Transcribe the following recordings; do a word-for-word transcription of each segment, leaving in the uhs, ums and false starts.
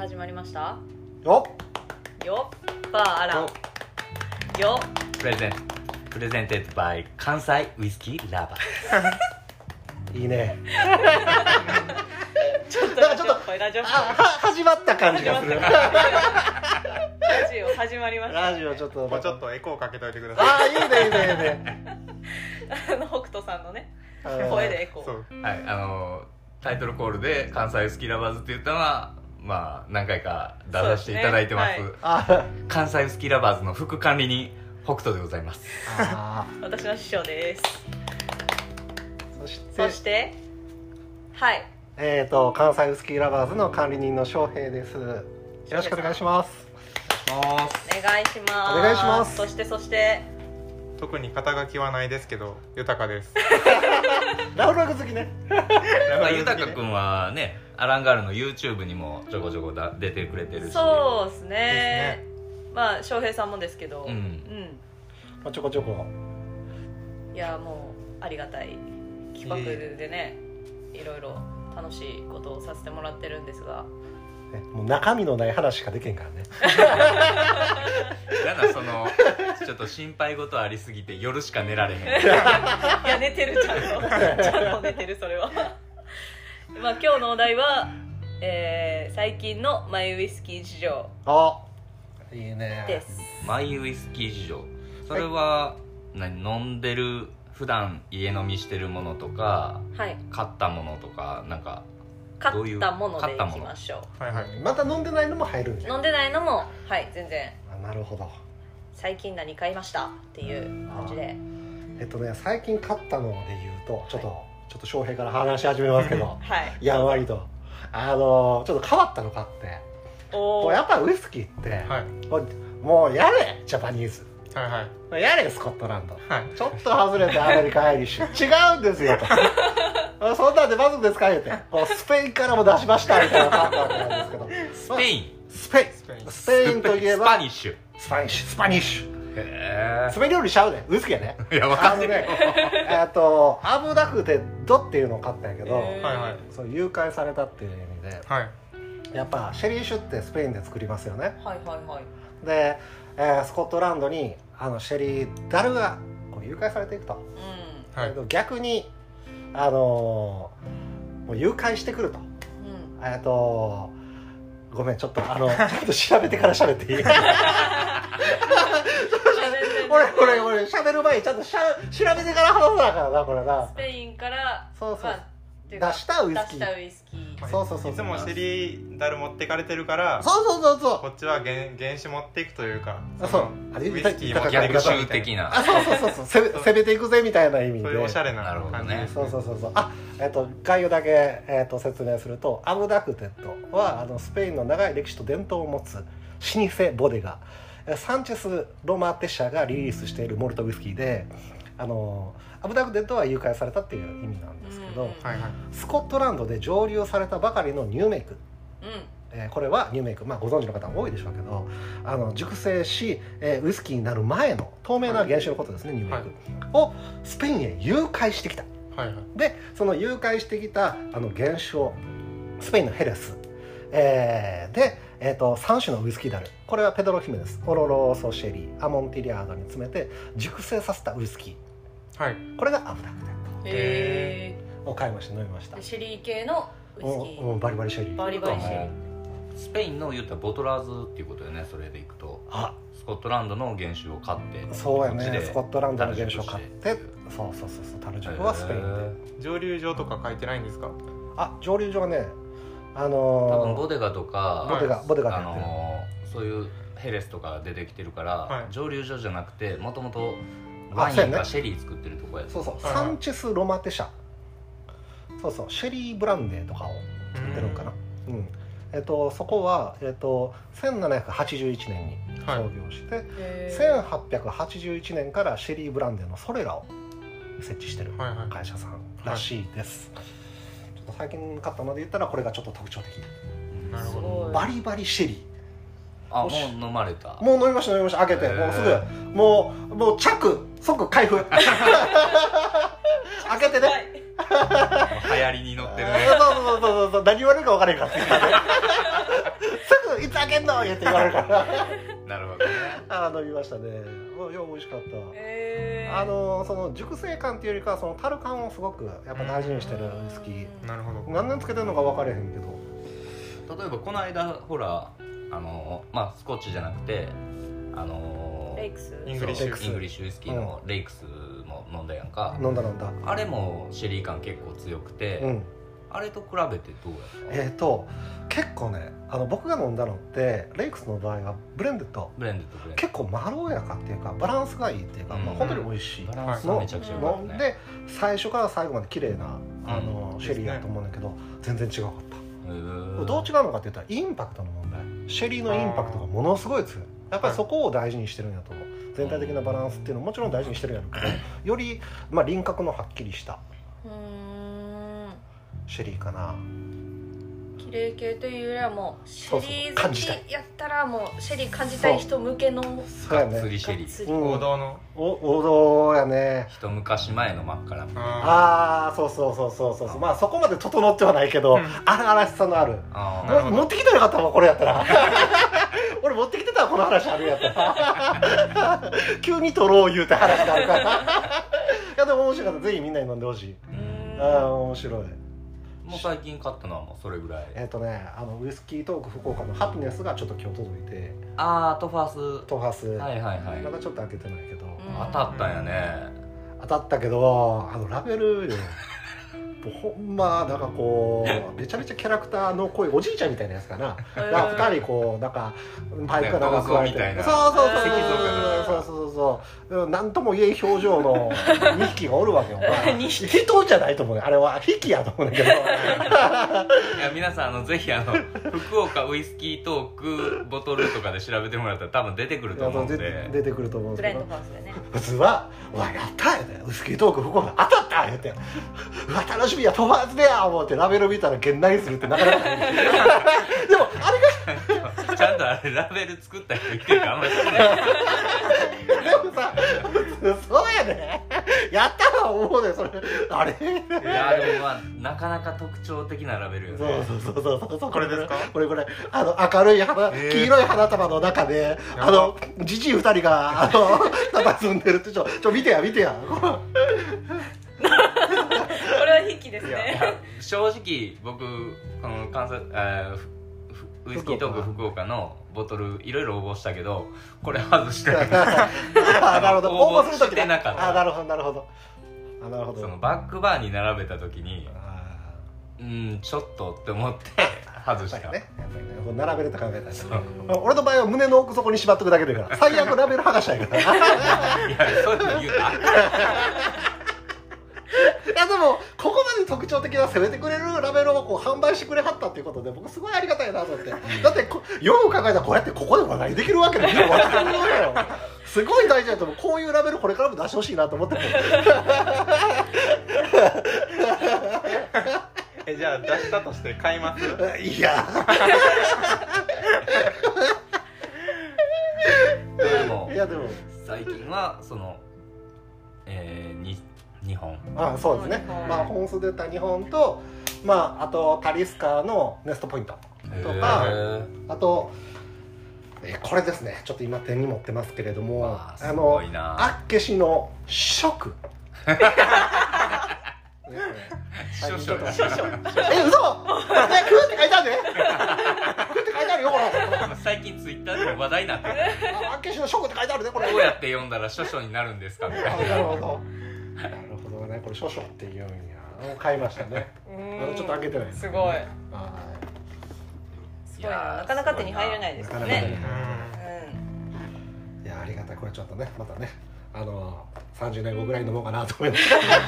始まりました。 よっよっばーあらよっプレゼンプレゼンテッドバイ関西ウイスキーラバーいいねちょっとラジオっぽいラジオっぽい始まった感じがするラジオ始まりました、ね、 ラジオちょっともうちょっとエコーかけといてください。 ああいいねいいねいいねあの北斗さんのね声でエコー。 そうはい、あのタイトルコールで関西ウイスキーラバーズって言ったのはまあ何回か出させていただいてます。 そうですねあ関西ウイスキーラバーズの副管理人北斗でございます。 あ私の師匠です。 そしてそしてはいえっ、ー、と関西ウイスキーラバーズの管理人の翔平です。よろしくお願いします。 お願いしますお願いします。 そしてそして特に肩書きはないですけど豊です。 ラフログ好きねまあ、豊くんはねアランガールの YouTube にもちょこちょこだ出てくれてるし、 そうですね。 ですねまあ翔平さんもですけど、 うんうんまあちょこちょこいやもうありがたい企画でね、いろいろ楽しいことをさせてもらってるんですが、 ねもう中身のない話しかできんからねなんだそのちょっと心配事ありすぎて夜しか寝られへん。 いや寝てるちゃんとちゃんと寝てるそれはまあ今日のお題は、えー、最近のマイウイスキー事情あいいねです。 マイウイスキー事情、それは何、飲んでる普段家飲みしてるものとかはい買ったものとかなんか買どういうったものでい買ったものきましょはいはい。 また飲んでないのも入るんじゃんう。飲んでないのもはい全然あなるほど。 最近何買いましたっていう感じでえっとね最近買ったので言うとちょっと、はい、ちょっと翔平から話し始めますけどはいやんわりとあのちょっと変わったの買っておーやっぱウイスキーって、 はいもうやれジャパニーズはいはいやれスコットランドはいちょっと外れてアメリカアイリッシュ違うんですよとそんなんでまずですか言うてもうスペインからも出しましたみたいな感じなんですけどスペイン、 スペインスペインスペインといえばスパニッシュ。 スパニッシュスパニッシュへスペイン料理しちゃうねウイスキーやねえ。いや分かあのってるよ。 ねえっとアブダクテッドっていうのを買ったんやけど、 へーはいはいそう誘拐されたっていう意味ではいやっぱシェリー酒ってスペインで作りますよね。 はいはいはいで、えースコットランドにあのシェリーダルがこう誘拐されていくと、 うはいだけど逆にあのーもう誘拐してくるとんうんえっとごめんちょっとあのちょっと調べてから喋っていい俺これ俺喋る前にちゃんとしゃ調べてから話さなあからなこれなスペインからそうそう、 まあ出したウイスキー出したウイスキーそうそうそういつもシェリーダル持ってかれてるからそうそうそうそうこっちは原原酒持っていくというかあそうのあれウイスキー持ってい逆くぞ襲的な。 あそうそうそうそうせ攻めていくぜみたいな意味でそういうおしゃれななるほどね感じですそうそうそうそうあえっと概要だけ、えっと説明するとアブダクテッドはあのスペインの長い歴史と伝統を持つ老舗ボデガえサンチェス・ロマテ社がリリースしているモルトウイスキーであのアブダクテッドは誘拐されたっていう意味なんですけど、 うんはいはいスコットランドで蒸留されたばかりのニューメイク、 うんえーこれはニューメイク、まあ、ご存知の方も多いでしょうけどあの熟成し、えーウイスキーになる前の透明な原酒のことですね、ニューメイク、をスペインへ誘拐してきた。 はいはいでその誘拐してきたあの原酒をスペインのヘレス、えーで、えー、とさん種のウイスキーダル、これはペドロ・ヒメネス、オロローソシェリー、アモンティリアードに詰めて熟成させたウイスキはいー、これがアブダクテへッドを買いまして飲みましたー。シェリー系のウイスキーうんうんバリバリシェリーバリバリシェリーはいスペインの言ったらボトラーズっていうことよね。それでいくとあスコットランドの原酒を買ってそうやこっちでねスコットランドの原酒を買って樽熟してそうそうそうそう樽熟はスペインで、 蒸留所とか書いてないんですか？ あ蒸留所はねあ多のー、 分ボデガとかボデガボデガであやってる、 のーそういうヘレスとか出てきてるから、 はい蒸留所じゃなくてもともとワインそうやねかシェリー作ってるとこやつ。 そうそう、 はいはいサンチェス・ロマテ社、そうそうシェリーブランデーとかを作ってるのかな、うんえっと、そこは、えっと、せんななひゃくはちじゅういちねんにはい創業して、 へーせんはっぴゃくはちじゅういちねんからシェリーブランデーのソレラを設置してるはいはい会社さんらしいです、ちょっと最近買ったので言ったらこれがちょっと特徴的、 なるほどすごいバリバリシェリあもう飲まれた。 ー、もう飲みました飲みました開けてへーもうすぐもうもう着即開封開けてねはい流行りに乗ってるね。 そうそうそうそうそう、何言われるか分からへんからすぐいつ開けんの言って言われるからなるほどね。 あ飲みましたね。いや美味しかった。 へーあのその熟成感っていうよりかはその樽感をすごくやっぱ大事にしてるウイスキー。 なるほど。 何年つけてるのか分からへんけど、 例えばこの間ほらあのまあスコッチじゃなくてあのレイクスイングリッシュそうイングリッシュウイスキーのレイクスも飲んだやんか、 飲んだ飲んだ。 あれもシェリー感結構強くて、 うん。 あれと比べてどうやった？ えーと結構ね、あの僕が飲んだのってレイクスの場合はブレンデッド、 ブレンドとブレンド結構まろやかっていうかバランスがいいっていうか、 うんまあ、本当に美味しいバランスがめちゃくちゃ良かったね。 飲んで最初から最後まで綺麗なあの、 うんシェリーだと思うんだけど、全然違かっへた。 ーどう違うのかって言ったらインパクトの問題。シェリーのインパクトがものすごい強い。やっぱりそこを大事にしてるんやと思う。全体的なバランスっていうのももちろん大事にしてるんやろうけど、より、まあ、輪郭のはっきりしたうーんシェリーかな。 綺麗系というよりはもうシェそうそうリー好き感じたいやったらもうシェリー感じたい人向けのそうやがっつね。 りシェリー、 がっつりうん王道の。 お王道やね。 一昔前の真っ赤な。 あああそうそうそうそうそうそう、まあそこまで整ってはないけど、 うん荒々しさのある。 あも持ってきてなかったわこれやったら俺持ってきてたわこの話あるやったら急に取ろう言うて話があるからいやでも面白かった。ぜひみんなに飲んでほしい。 うーんああ面白い。 もう最近買ったのはもうそれぐらい。 えっ、とねあのウイスキートーク福岡のハピネスがちょっと今日届いて、 あートファース。 トハス、 はいはいはい、 まだちょっと開けてないけど、 ん当たったんやね。 当たったけどあのラベルよもうほんまなんかこうめちゃめちゃキャラクターの濃いおじいちゃんみたいなやつかな。 へーだからふたりこうなんかパイプかなんか加えて、 銅像みたいなそうそうそう石像かそうそうそうそうなんとも言えん表情のにひきがおるわけよ。 にひ人じゃないと思うねあれはひきやと思うんだけどいや皆さんあのぜひあの福岡ウイスキートークボトルとかで調べてもらったら多分出てくると思うん出で。 出てくると思うんブレンですけど、 ドファースでね普通は「うわやった!」やで「ウイスキートーク福岡当たった!」言って「うわ楽しみやトマーズでや!」思ってラベル見たらげんなりするってなかなかないでもあれがちゃんとあれラベル作った人いてるかあんまり知らない。 でもさそうやでやったわ思うでそれあれいやでもまあなかなか特徴的なラベルよそうね。 そうそうそうそうそうこれですか？ これこれあの明るい花、 えー黄色い花束の中であのじじい二人があの佇んでるってちょちょ見てや見てやこれは筆記ですいやね正直僕この関西、えーふふウイスキートーク福岡のボトルいろいろ応募したけどこれ外してるあなるほど応募するときしてなかったあなるほどなるほどあなるほどそのバックバーに並べた時にあうんちょっとって思って外した、 やっぱりねやっぱりねこう並べると考えたらねそう俺の場合は胸の奥底にしまっとくだけでから最悪ラベル剥がしたいからいいやそういうの言うたやでもここまで特徴的な攻めてくれるラベルをこう販売してくれはったっていうことで僕すごいありがたいなと思ってだってこよく考えたらこうやってここで話題できるわけでみんな分かるわよすごい大事だと思う。こういうラベルこれからも出してほしいなと思ってるえじゃあ出したとして買います？ いやでもいやでも最近はそのえー、ににほんあそうですねまあ本数で言ったにほんとまああとタリスカーのネストポイントとかへーあとえこれですねちょっと今手に持ってますけれどもわあすあのごいなあっけしの食ね少々 ちょっと少々 え嘘え食うって書いてあるね食うって書いてあるよこれ最近ツイッターでも話題になってるあっけしの食って書いてあるねこれどうやって読んだら諸々になるんですかみたいなあなるほどなるほどねこれ少々っていうんや買いましたねまだちょっと開けてないですすごいはいすごいななかなか手に入らないですからねいやありがたいこれちょっとねまたねあのさんじゅうねんごぐらい飲もうかなと思います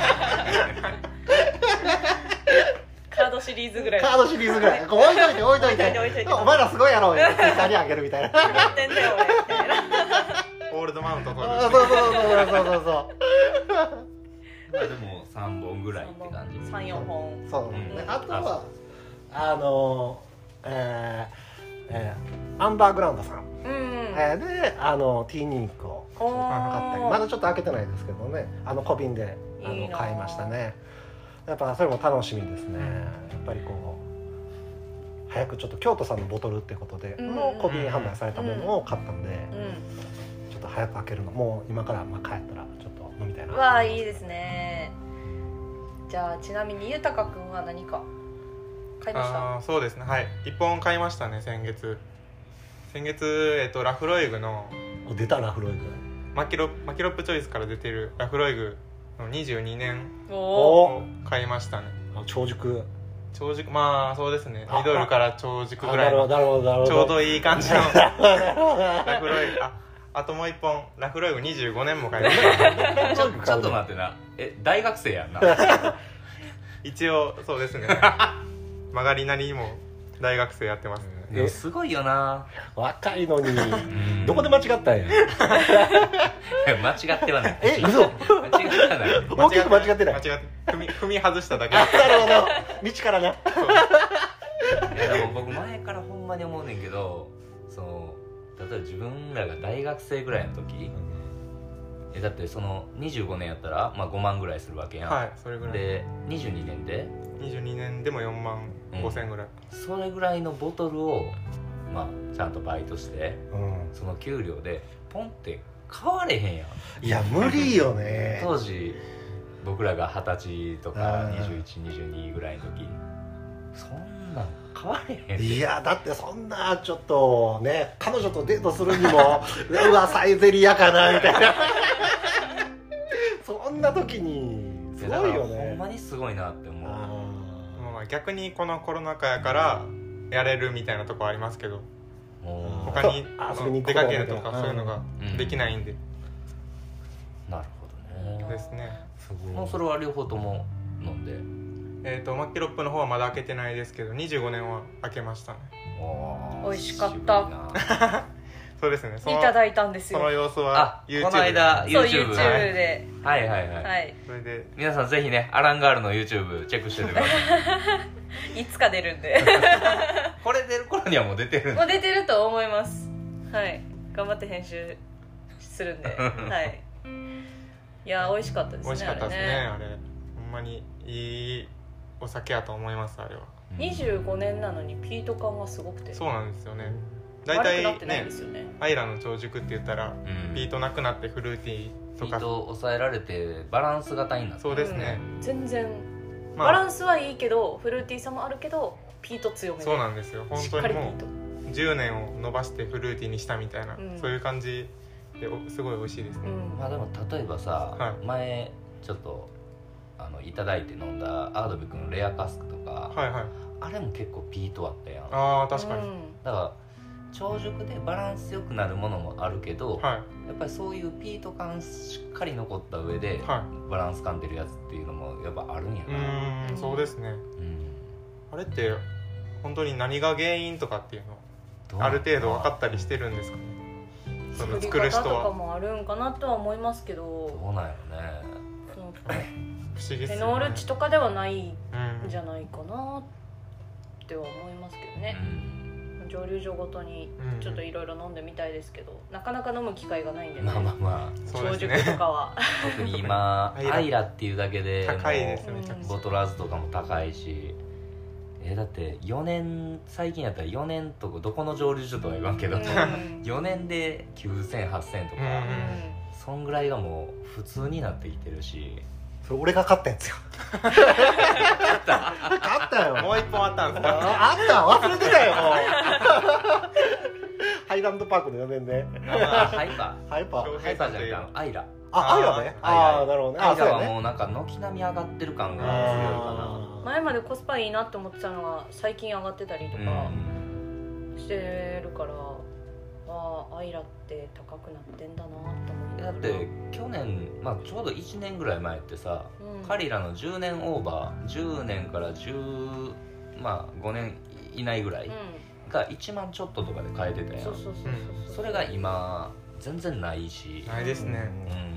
カードシリーズぐらいカードシリーズぐらいこう置いといて置いとい置いといて置いといててお前らすごいやろツイッターにあげるみたいなやってんだよ俺みたいなオールドマウント取るそうそうそうそうそうそうまあでもさんぼんぐらいって感じさん、よんほんそうね、 うんあとはあのえーえーアンバーグラウンドさん、 うんえーであのティーニンクをお買ったりまだちょっと開けてないですけどねあの小瓶であのいいな買いましたねやっぱそれも楽しみですね。やっぱりこう早くちょっと京都さんのボトルってことで、 うんもう小瓶販売されたものを買ったんで、 うんちょっと早く開けるのもう今からまあ帰ったらちょっと飲みたいな。 うわあいいですね。じゃあちなみにゆたかくんは何か買いましたあーそうですね、はい、いっぽん買いましたね。先月先月、えっと、ラフロイグのお出たなフロイグ。 マキロマキロップチョイスから出てるラフロイグのにじゅうにねんおおおを買いましたね。 あ長熟。 長熟、まあそうですね、 あミドルから長熟ぐらいのあなるほどなるほどなるほど。 ちょうどいい感じのなるほどなるほどラフロイグ、ああともういっぽんラフロイグにじゅうごねんも買いましたちょちょっと待ってな、え大学生やんな一応そうですね曲がりなりにも大学生やってますね。 でもすごいよな。 若いのにうんどこで間違ったんや。 間違ってはない。 え嘘。 間違ってはない。 大きく間違ってない。 間違って踏み踏み外しただけあなるほど。道からな。 いやでも僕前からほんまに思うねんけど、その例えば自分らが大学生ぐらいの時、えだってそのにじゅうごねんやったら、まあ、ごまんぐらいするわけやん、 はい、それぐらいでにじゅうにねんでにじゅうにねんでもよんまんごせんぐらい、 それぐらいのボトルを、まあ、ちゃんとバイトしてうん。 その給料でポンって買われへんやん。 いや無理よね。 当時僕らがはたちとかあーにじゅういち、にじゅうにぐらいの時そんなん買われへんで。 いやだってそんなちょっとね彼女とデートするにもうわサイゼリヤかなみたいなそんな時にすごいよやだからほんね。 まにすごいなって思う。 あまあ逆にこのコロナ禍やからやれるみたいなとこありますけど、 もう他にあ遊びに行く出ことができないかけるとかそういうのができないんで、 なるほどね。 ですね。 ーすごい。 もうそれは両方とも飲んで。 えー、とマッキロップの方はまだ開けてないですけどにじゅうごねんは開けましたね。 おー美味しかった渋いなそうですね、そのいただいたんですよ。 その様子はあ YouTube この間そう YouTube YouTube はいで、 はいはいはい、 はい、 それで皆さんぜひねアランガールの YouTube チェックしておいてくださいいつか出るんでこれ出る頃にはもう出てるんでもう出てると思います。はい頑張って編集するんではいいや美味しかったですね。 美味しかったですねあれあれほんまにいいお酒やと思います。あれはにじゅうごねんなのにピート感がすごくてそうなんですよね。大悪くな体ってないねですよね。 アイラの長熟って言ったらうんピートなくなってフルーティーとかピート抑えられてバランス型になってそうですね、 うん全然まあバランスはいいけどフルーティーさもあるけどピート強めでそうなんですよ。本しっ当にもかりピートうじゅうねんを伸ばしてフルーティーにしたみたいな、 うんそういう感じでおすごい美味しいですね。 うんまあでも例えばさ、 はい前ちょっとあのいただいて飲んだアードビックのレアカスクとか、 はいはい。 あれも結構ピートあったやん。 ああ確かに、 うんだから長熟でバランスよくなるものもあるけど、 はいやっぱりそういうピート感しっかり残った上で、 はバランス感出るやつっていうのもやっぱあるんやい。うな。 ーんそうですね。 うんあれって本当に何が原因とかっていうのある程度分かったりしてるんですかね。その作り作る人方とかはもあるんかなとは思いますけどどうなんやろね。 その不思議ですよね。 フェノール値とかではないんうんじゃないかなっては思いますけどね、蒸留所ごとにうんちょっといろいろ飲んでみたいですけど、なかなか飲む機会がないんでね、 まあまあまあ長熟そうですね。 とかは特に今アイラアイラっていうだけで高いですもうんめちゃくちうボトラーズとかも高いし、えだってよねん最近やったらよねんとかどこの蒸留所とは言わんけど、 うんよねんできゅうせんはっせんとか、 うんそんぐらいがもう普通になってきてるし。 それ俺が買ったやつよ。買ったよ。 ゃ。もう一本あったんですか。 ああった忘れてたよもうハイランドパークのよねんであハイパハイパーーハイパーじゃなくてあのアイラあアイラねああなるほどねアイラはあそうやねもうなんか軒並み上がってる感が強いかあ前までコスパいいなって思ってたのが最近上がってたりとな。 かうんしてるから、ああアイラって高くなってんだなと思いながらだって去年、まあ、ちょうどいちねんぐらい前ってさ、 うんカリラのじゅうねんオーバーじゅうねんからじゅう、まあ、ごねん以内ぐらいがいちまんちょっととかで買えてたやん。 そうそうそうそうそれが今全然ないし、 ないですね。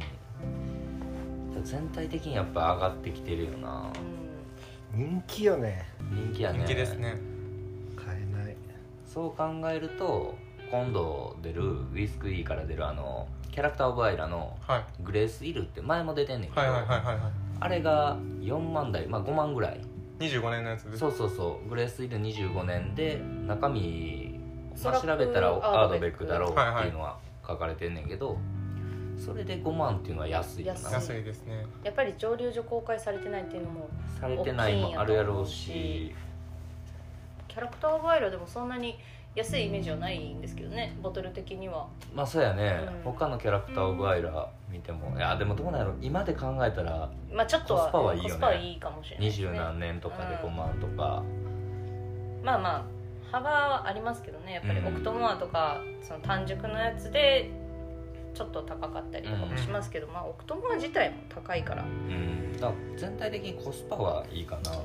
うん、全体的にやっぱ上がってきてるよな。 人気よね人気やね。 人気ですね。 買えないそう考えると今度出るウィスクイーから出るあのキャラクターオブアイラのはいグレースイルって前も出てんねんけど、 はいはいはいはいはい。 あれがよんまんだい、まあ、ごまんぐらい。 にじゅうごねんのやつでそうそうそう、グレースイールにじゅうごねんで中身、まあ、 おそらく調べたらアードベックだろうってはいはいいうのは書かれてんねんけど、それでごまんっていうのは安いよな。 安安いですね。 やっぱり蒸留所公開されてないっていうのもされてないもあるやろうし、 キャラクターオブアイラでもそんなに安いイメージはないんですけどね、ボトル的には。 まあそうやね、 うん、 他のキャラクターオブアイラ見ても、いやでもどうなんやろ、今で考えたらまあちょっとはコスパはいいよね。 コスパはいいかもしれないですね。 二十何年とかでごまんとか、 うん、まあまあ幅はありますけどね、やっぱりオクトモアとか、うん、その単熟のやつでちょっと高かったりとかもしますけど、うん、まあオクトモア自体も高いから、 うん、だから全体的にコスパはいいかな。うん、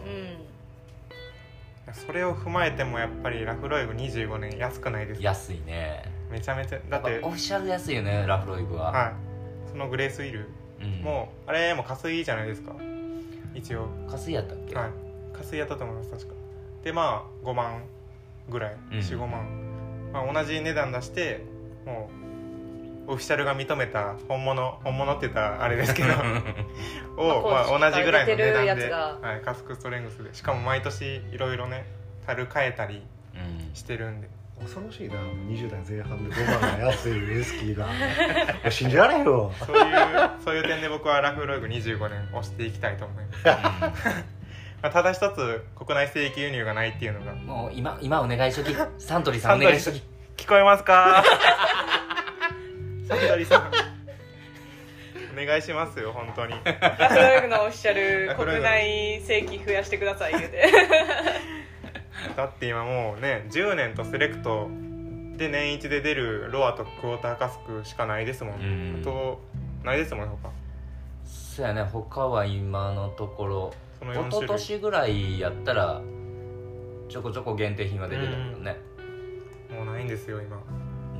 それを踏まえてもやっぱりラフロイグにじゅうごねん安くないですか？ 安いね。 めちゃめちゃだってオフィシャル安いよね、ラフロイグは。 はい。そのグレースウィル、うん、もうあれも加水じゃないですか。一応加水やったっけ？ はい、加水やったと思います確か。でまあごまんぐらい、うん、よん、ごまん、まあ、同じ値段出してもうオフィシャルが認めた本物本物って言ったらあれですけどを、まあ、同じぐらいの値段で、はい、カスクストレングスで、しかも毎年いろいろね樽変えたりしてるんで、 うん、恐ろしいな。にじゅうだいぜん半でごまんが安いウイスキーがいや信じられんよ。 そういうそういう点で僕はラフロイグにじゅうごねん押していきたいと思いますまあただ一つ国内正規輸入がないっていうのが、 もう今今お願いしときサントリーさんお願いしとき。 聞こえますかサントリーさんお願いしますよ本当に。 ラフロイグのオフィシャル国内正規増やしてください言うてだって今もうねじゅうねんとセレクトで年一で出るロアとクォーターカスクしかないですもん、うん、あとないですもん他。 そうやね、他は今のところそのよん種類、一昨年ぐらいやったらちょこちょこ限定品は出てたけどね、 うん、もうないんですよ今、 うん、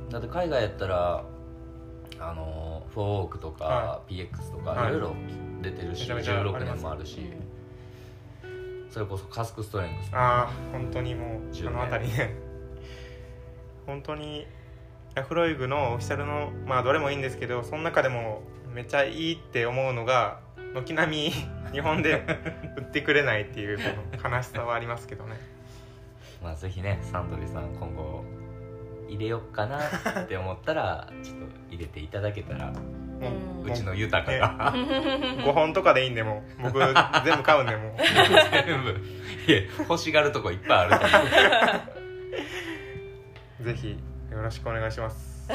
だって海外やったらあのフォーオークとか、はい、ピーエックス とかいろいろ出てるし、はい、じゅうろくねんもあるし、それこそカスクストレングス、 ああ本当にもうあの辺りね本当にラフロイグのオフィシャルのまあどれもいいんですけど、その中でもめっちゃいいって思うのが軒並み日本で売ってくれないっていうこの悲しさはありますけどねまあぜひねサントリーさん今後入れよっかなって思ったらちょっと入れていただけたら、うん、うちの豊がごほんとかでいいんでもう僕全部買うんでもう全部いや欲しがるとこいっぱいあるからぜひよろしくお願いします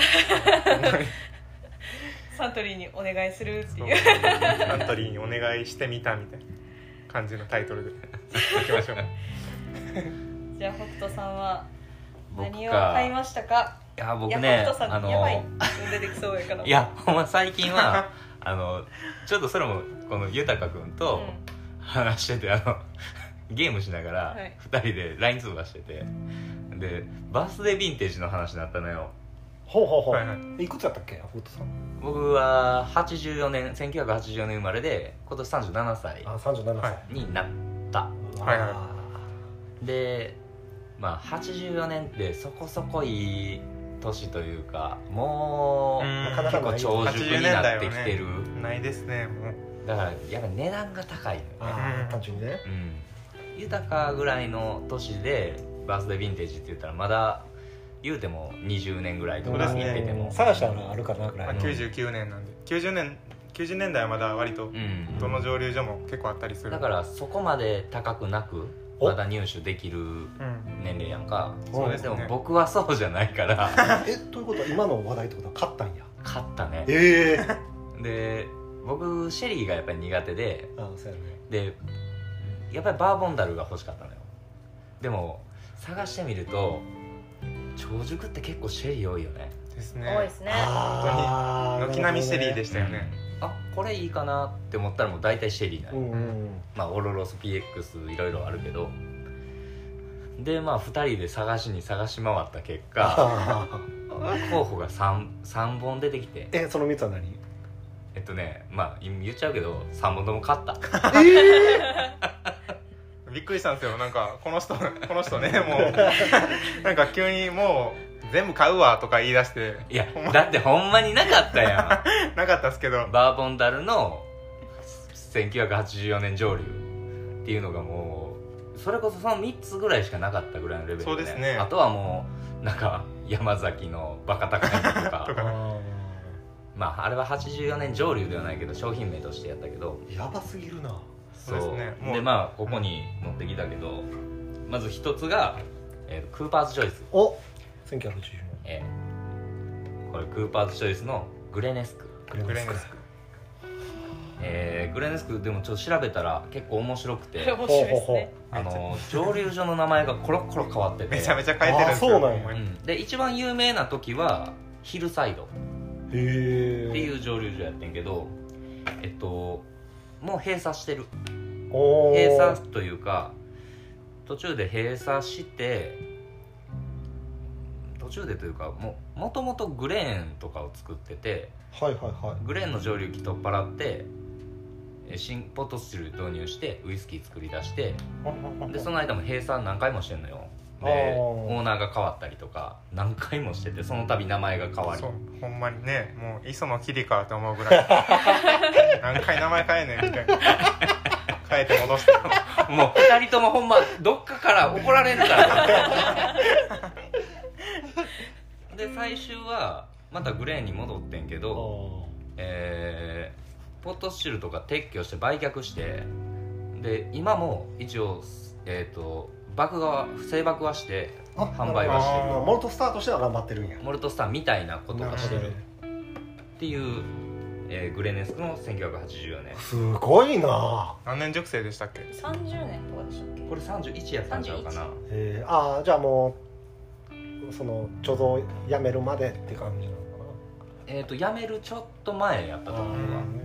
サントリーにお願いするっていうサントリーにお願いしてみたみたいな感じのタイトルでいきましょうじゃあ北斗さんは何を買いましたか？ いや僕ね、 北斗さんやばい出てきそうやからいやほんま最近はあのちょっとそれもこの豊くんと話してて、あのゲームしながらふたりで ライン 通話してて、でバースデーヴィンテージの話になったのよ。 ほうほうほう、はいはい、いくつやったっけ北斗さん？ 僕ははちじゅうよねんせんきゅうひゃくはちじゅうよねん生まれで今年さんじゅうななさいあさんじゅうななさいになった、 はいはい、でまあはちじゅうよねんってそこそこいい年というか、もう結構長熟になってきてる、 ね、ないですねもうだからやっぱ値段が高いのよね。 あ単純にね、 うん、豊かぐらいの年でバースデーヴィンテージって言ったらまだ言うてもにじゅうねんぐらいとか言ってても探したらあるかなぐらいの、 まあ、きゅうじゅうきゅうねんなんできゅうじゅうねんきゅうじゅうねんだいはまだ割とどの蒸留所も結構あったりする、 だからそこまで高くなくまだ入手できる年齢やんか、うん、そうですね、でも僕はそうじゃないからえということは今の話題ってことは勝ったんや。 勝ったね。 ええー、 で僕シェリーがやっぱり苦手で、 ああそうやね、 でやっぱりバーボンダルが欲しかったのよ。でも探してみると長熟って結構シェリー多いよね。 ですね。 多いですね。 本当に軒並みシェリーでしたよね、 うん、あこれいいかなって思ったらもう大体シェリーなの、 うんうん、まあオロロス ピーエックス いろいろあるけど、でまあふたりで探しに探し回った結果候補が 3, さんぼん出てきて、 えそのみっつは何？ えっとねまあ言っちゃうけどさんぼんとも買ったえーびっくりしたんですよ。なんかこの人この人ねもうなんか急にもう全部買うわとか言い出して、 いやだってほんまになかったやんなかったっすけどバーボンダルのせんきゅうひゃくはちじゅうよねん上流っていうのがもうそれこそそのみっつぐらいしかなかったぐらいのレベルで、 そうですね。 あとはもうなんか山崎のバカ高いとかとかまああれははちじゅうよねん上流ではないけど商品名としてやったけど、 やばすぎるな。 そうそうですねもうでまあここに持ってきたけど、まず一つが、えー、クーパーズチョイス、 おせんきゅうひゃくはちじゅうえーこれクーパーズチョイスのグレネスク、 ねんグレネスクえーグレネスクでもちょっと調べたら結構面白くて面白いですね。 あの上流所の名前がコロコロ変わっててめちゃめちゃ変えてるんですよ。 あそうなんやうん、で一番有名な時はヒルサイドっへえていう上流所やってんけど、えっともう閉鎖してる、 おー閉鎖というか途中で閉鎖して途中でというかももともとグレーンとかを作ってて、 はいはいはい。 グレーンの上流機取っ払ってえ新ポットスチル導入してウイスキー作り出してでその間も閉鎖何回もしてんのよ。であーオーナーが変わったりとか何回もしててその度名前が変わりそうほんまにねもう磯野桐かと思うぐらい何回名前変えんねんみたいな変えて戻してもうふたりともほんまどっかから怒られるからで最終はまたグレーンに戻ってんけど、えー、ポットスチルとか撤去して売却してで今も一応、えー、と爆画は不正爆はしてあ販売はしてるあーモルトスターとしては頑張ってるんや。 モルトスターみたいなことがしてるなるっていう、えーグレネスクのせんきゅうひゃくはちじゅうよねん。 すごいな。 何年熟成でしたっけ？ さんじゅうねんとかでしたっけ？ これさんじゅういちやったんちゃうかな。 えー、ああじゃあもうその貯蔵やめるまでって感じなのかえっ、とやめるちょっと前やったと思うわ。 うん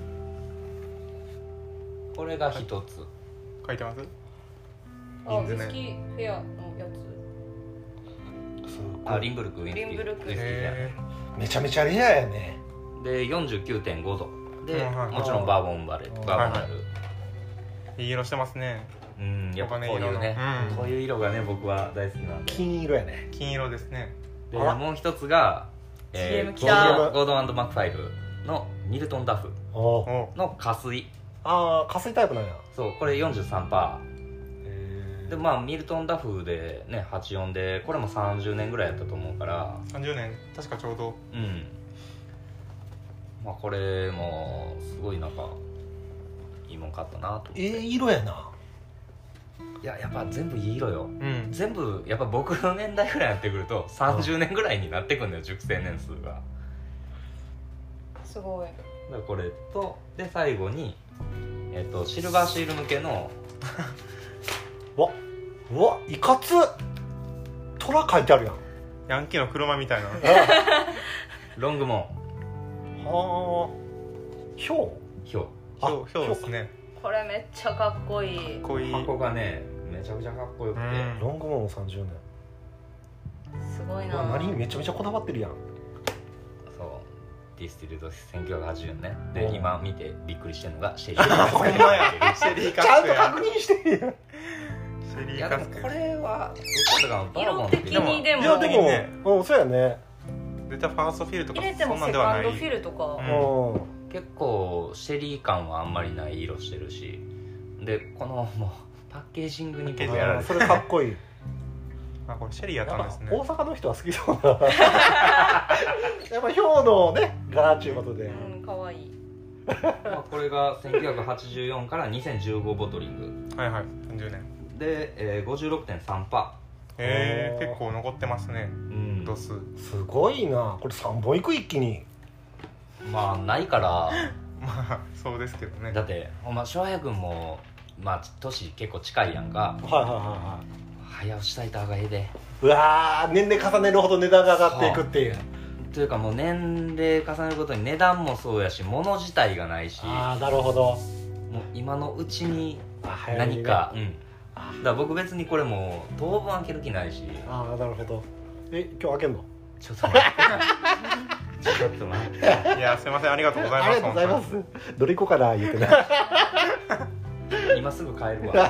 これが一つ、 書いてます？ あ、ウリンズねイスキーフェアのやつ。 な。すごいあリンブルクウイスキーリンブルクウイスキーへめちゃめちゃレアやね。 で よんじゅうきゅうてんごどで、 うんはいもちろんバーボンバレルうんバーボンバレル、 ーいい色してますね。 うんやっぱこういうね黄金色のうんこういう色がね僕は大好きなんで金色やね。 金色ですね。 であらもう一つが、 ジーエムゴ来たードンゴードン&マクファイルのミルトンダフおお。 おの加水、 ああ加水タイプなんや。 そうこれ よんじゅうさんパへーでまあミルトンダフでねはちじゅうよんでこれもさんじゅうねんぐらいやったと思うからさんじゅうねん確かちょうど。 うんまあこれもすごいなんかいいもん買ったなと思って、 ええ色やな。 いややっぱ全部いい色ようん全部やっぱ僕の年代ぐらいになってくるとさんじゅうねんぐらいになってくるんだよ熟成年数が。 すごい。 だからこれとで最後に、えっとシルバーシール向けのわうわいかつ。虎書いてあるやん。 ヤンキーの車みたいな。 ロングモはあ。ひょンヒョあひょうひょうですね。 これめっちゃかっこいい。 かっこいい。 箱がねめちゃくちゃかっこよくて、 うんう。ロングモンもさんじゅうねん。 すごいうな。 わ何めちゃめちゃこだわってるやん。 そうディスティルドせんきゅうひゃくはちじゅうよねんでうん今見てびっくりしてるのがシェリーあほんまや。 シェリーちゃんとカスクや。 確認してるやん。 シェリいやーカスク。 でもこれはどっちだったかなバーボン色的にでもいやでも、 ねうんそうやね。 絶対ファーストフィルとか入れてそんなんもセではない。 カンドフィルとか、 うんうん。 結構シェリー感はあんまりない色してるしでこのもうパッケージングに僕やられてそれかっこいい。 あこれシェリーやったんですね。 大阪の人は好きそうな。やっぱヒョウのね柄っていうことで。 うん、かわいい。 まあこれがせんきゅうひゃくはちじゅうよんからにせんじゅうごボトリングはいはいさんじゅうねん。 で、えー、ごじゅうろくてんさんパへえおー結構残ってますね。 ーうん度数。 すごいな。これさんぼんいく一気に。 まあないからまあそうですけどね。 だってほんま翔平君もまあ年結構近いやんかはいはいはいは早押したいた方がええでい。うわー年齢重ねるほど値段が上がっていくっていう。 というかもう年齢重ねることに値段もそうやし物自体がないしああなるほど。 もう今のうちにあ早めにね何か、うんだから僕別にこれもう当分開ける気ないしああなるほど。え今日開けんの？ ちょっと待ってちょっと待っていやすいませんありがとうございます。 ありがとうございます。どれ行こうかな言ってね。 今すぐ帰るわ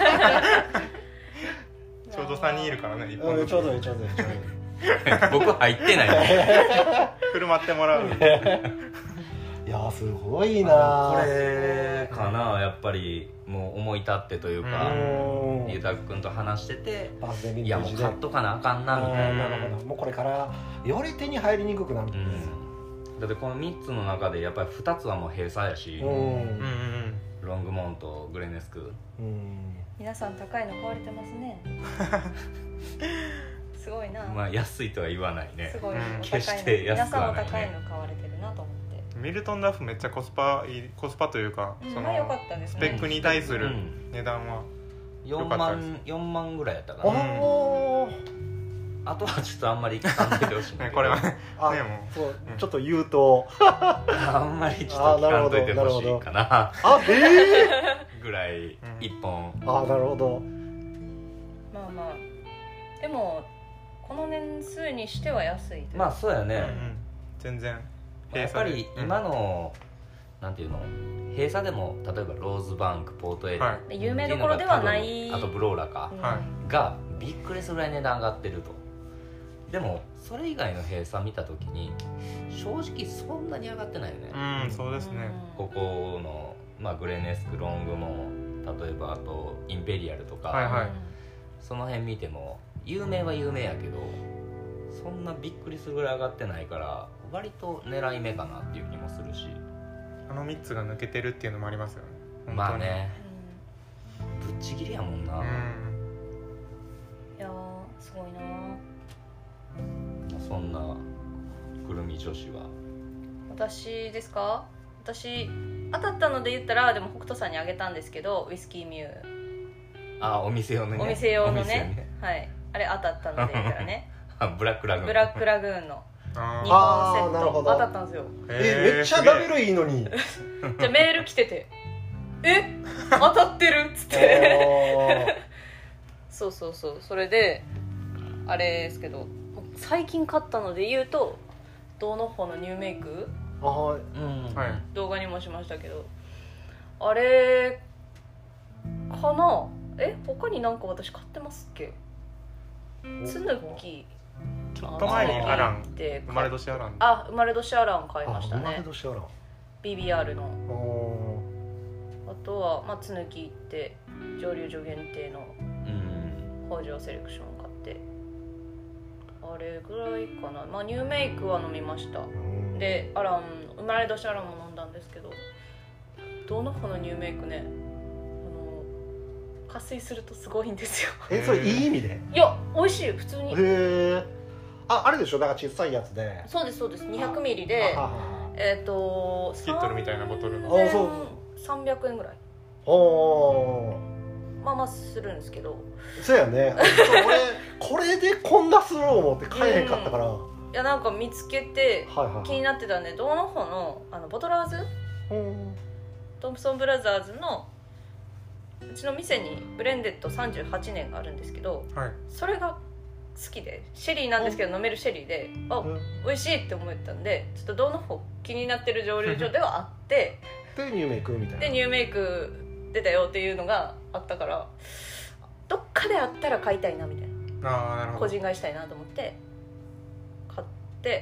ちょうどさんにんいるからね。一本ずつうんちょうどいいちょうどいいちょうどいい。 僕入ってない振る舞ってもらう。 いやすごいな。 これかなやっぱりもう思い立ってというか、 うんゆうたくんと話してて、 バースデーヴィンテージでいやもう買っとかなあかんなみたいな。 なるほど。もうこれからより手に入りにくくなるんですよ。 うん、だってこのみっつの中でやっぱりふたつはもう閉鎖やし、 うんうんうんロングモンとグレネスク、 うん皆さん高いの買われてますねすごいな、 まあ安いとは言わないね。 すごいうんお高い決しの、 て安皆さんおくはないね高いの買われてるなと思ってうん。ミルトンダフめっちゃコスパいいコスパというか、そうんまあ良かのったですねスペックに対するうん値段はよんよかったですまんよんまんぐらいやったかおな。 おあとはちょっとあんまり聞かんといてほしいんだけどねこれはねあねもうそううんちょっと言うとあんまりちょっと聞かんといてほしいかなあええぐらいいっぽん。 あなるほど。 まあまあでもこの年数にしては安いというまあそうやね、 うんうん全然やっぱり今の、なんていうの閉鎖でも例えばローズバンクポートエリア、 は有名どころではないあとブローラか、 うんはいがびっくりするぐらい値段上がってると。でもそれ以外の閉鎖見た時に正直そんなに上がってないよね、 うんそうですねここの、まあ、グレネスクロングも例えばあとインペリアルとか、 はいはいその辺見ても有名は有名やけどそんなびっくりするぐらい上がってないから割と狙い目かなっていう気もするし、 あのみっつが抜けてるっていうのもありますよね本当にまあねぶっちぎりやもんな、 うんうんいやーすごいなそんなくるみ女子は私ですか。私当たったので言ったらでも北斗さんにあげたんですけどウイスキーミューあお店用のねお店用のお店ねはいあれ当たったので言ったらねあブラックラグーンブラックラグーンのあにーほんセットあーなるほど当たったんですよ。 えめっちゃダメルいいのに。 じゃあメール来ててえ当たってるっつってそうそうそうそれであれですけど最近買ったので言うとドーノッホのニューメイクああうんはい動画にもしましたけどあれかなえ他になんか私買ってますっけ。つぬきちょっと前にアランって生まれ年アランあ生まれ年アラン買いましたあ生まれね。 年あらん。 ビービーアール のおあとは、まあ、つぬきって蒸留所限定のうん工場セレクションを買ってあれぐらいかな。まあニューメイクは飲みました。 ーでアラン生まれ年アランも飲んだんですけどドーノッホのニューメイクねあの加水するとすごいんですよ。 えそれいい意味で。 いや美味しい普通に。 へえ。ああれでしょだから小さいやつで。 そうですそうですにひゃくミリであえっ、ー、とスキットルみたいなボトルのあそうさんびゃくえんぐらいおお。 まあまあするんですけどそうやね。俺これでこんなする思って買えへんかったから。はいいやなんか見つけてはい。 気になってたんでドーノッホのあのボトラーズうんトンプソンブラザーズのうちの店にブレンデッドさんじゅうはちねんがあるんですけどはいそれが好きでシェリーなんですけど飲めるシェリーであうん美味しいって思ったんでちょっとドーノッホ気になってる蒸留所ではあってでニューメイクみたいな。 でニューメイク出たよっていうのがあったからどっかであったら買いたいなみたいなああなるほど個人買いしたいなと思って買って、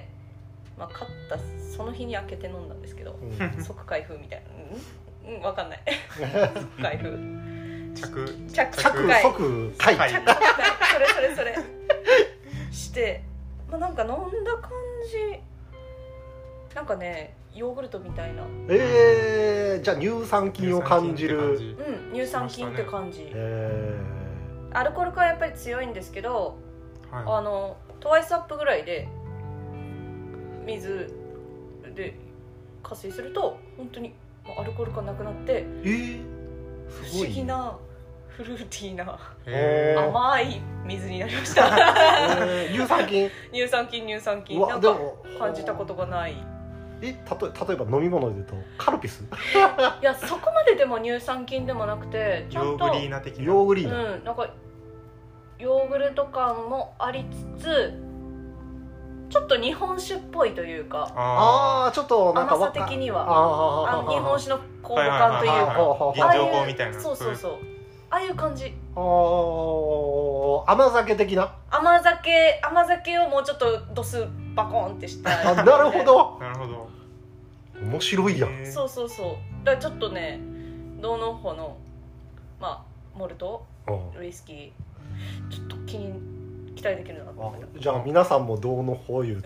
まあ、買ったその日に開けて飲んだんですけどうん即開封みたいなうん、うん、分かんない即開封着着即即開即買い。 はい着即開それそれそれして、まあ、なんか飲んだ感じなんかねヨーグルトみたいなえー、じゃあ乳酸菌を感じる。 うん乳酸菌って感じ、 えアルコール感はやっぱり強いんですけどはあのトワイスアップぐらいで水で加水すると本当にもうアルコール感なくなってー、えー、 不すごい。 思議なフルーティーなへー甘い水になりましたえー、乳酸菌。 乳酸菌乳酸菌うわなんかでも感じたことがないえたと例えば飲み物で言うとカルピスいやそこまででも乳酸菌でもなくてちゃんとヨーグリーナ的なヨーグリーナ、 うんなんかヨーグルト感もありつつちょっと日本酒っぽいというかあああちょっとなんか甘さ的にはああの日本酒の香あ感というかはいはいはい銀ああいう条香みたいなそうそうそうああいう感じあー甘酒的な甘酒甘酒をもうちょっと度数バコンってしたあなるほどなるほど面白いやん。 へーそうそうそうだからちょっとね道の方のまあモルトうんウイスキーちょっと気に期待できるなとあ思ってじゃあ皆さんもどうの方言うて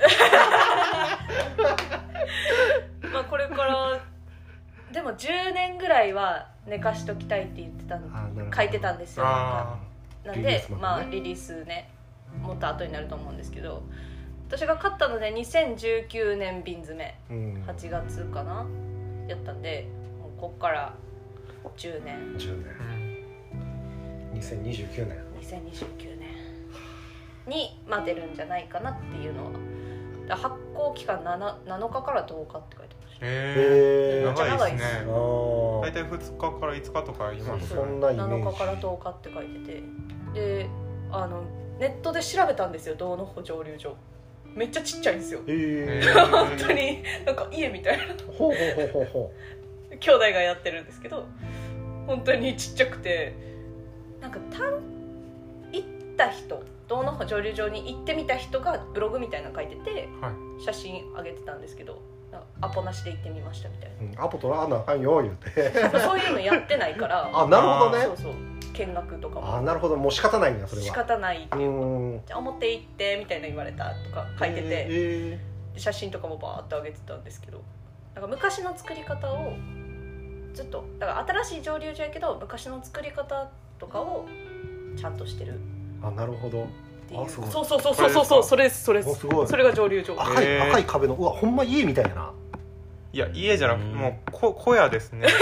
まあこれからでもじゅうねんぐらいは寝かしときたいって言ってたんあなるほど書いてたんですよなんかあなんでリリースまでねまあリリースねもっと後になると思うんですけど私が買ったのでにせんじゅうきゅうねん瓶詰めうんはちがつかなやったんでもうこっからじゅうねんじゅうねーうんんにせんにじゅうきゅうねんにせんにじゅうきゅうねんにまあ出るんじゃないかなっていうのはだから発行期間 なな, なのかからとおかって書いてましたへえへー長いですあねー大体ふつかからいつかとか言いますそよねんなイメージなのかからとおかって書いててであのネットで調べたんですよ道の穂蒸留所めっちゃちっちゃいんですよえへー、 本当になんか家みたいなほうほうほうほうほ兄弟がやってるんですけど本当にちっちゃくてなんかたん行った人道の穂蒸留所に行ってみた人がブログみたいなの書いててはい写真上げてたんですけどなんかアポなしで行ってみましたみたいなう、うん、アポ取らなあかんよ言うてそういうのやってないからあなるほどねそうそう見学とかあもなるほどもう仕方ないんやそれは仕方ないってういうかーんじゃあ表行ってみたいな言われたとか書いてて、 え写真とかもバーッと上げてたんですけどなんか昔の作り方をずっとだから新しい蒸留所やけど昔の作り方とかをちゃんとしてるー、あなるほどっていうあすごいそうそうそうそうそうそうそれですそれですおすごいそれが蒸留所赤い、 へー赤い壁のうわほんま家みたいやないや家じゃなくてうんもうこ小屋ですね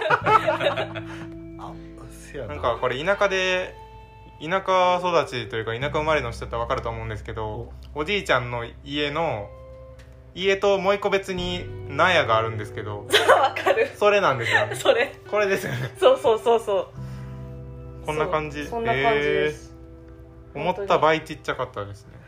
あせやななんかこれ田舎で田舎育ちというか田舎生まれの人って分かると思うんですけどおじいちゃんの家の家ともう一個別に納屋があるんですけどわかるそれなんですよねそれこれですよねそうそうそうそうこんな感じそうそんな感じです、 えー思った倍ちっちゃかったですね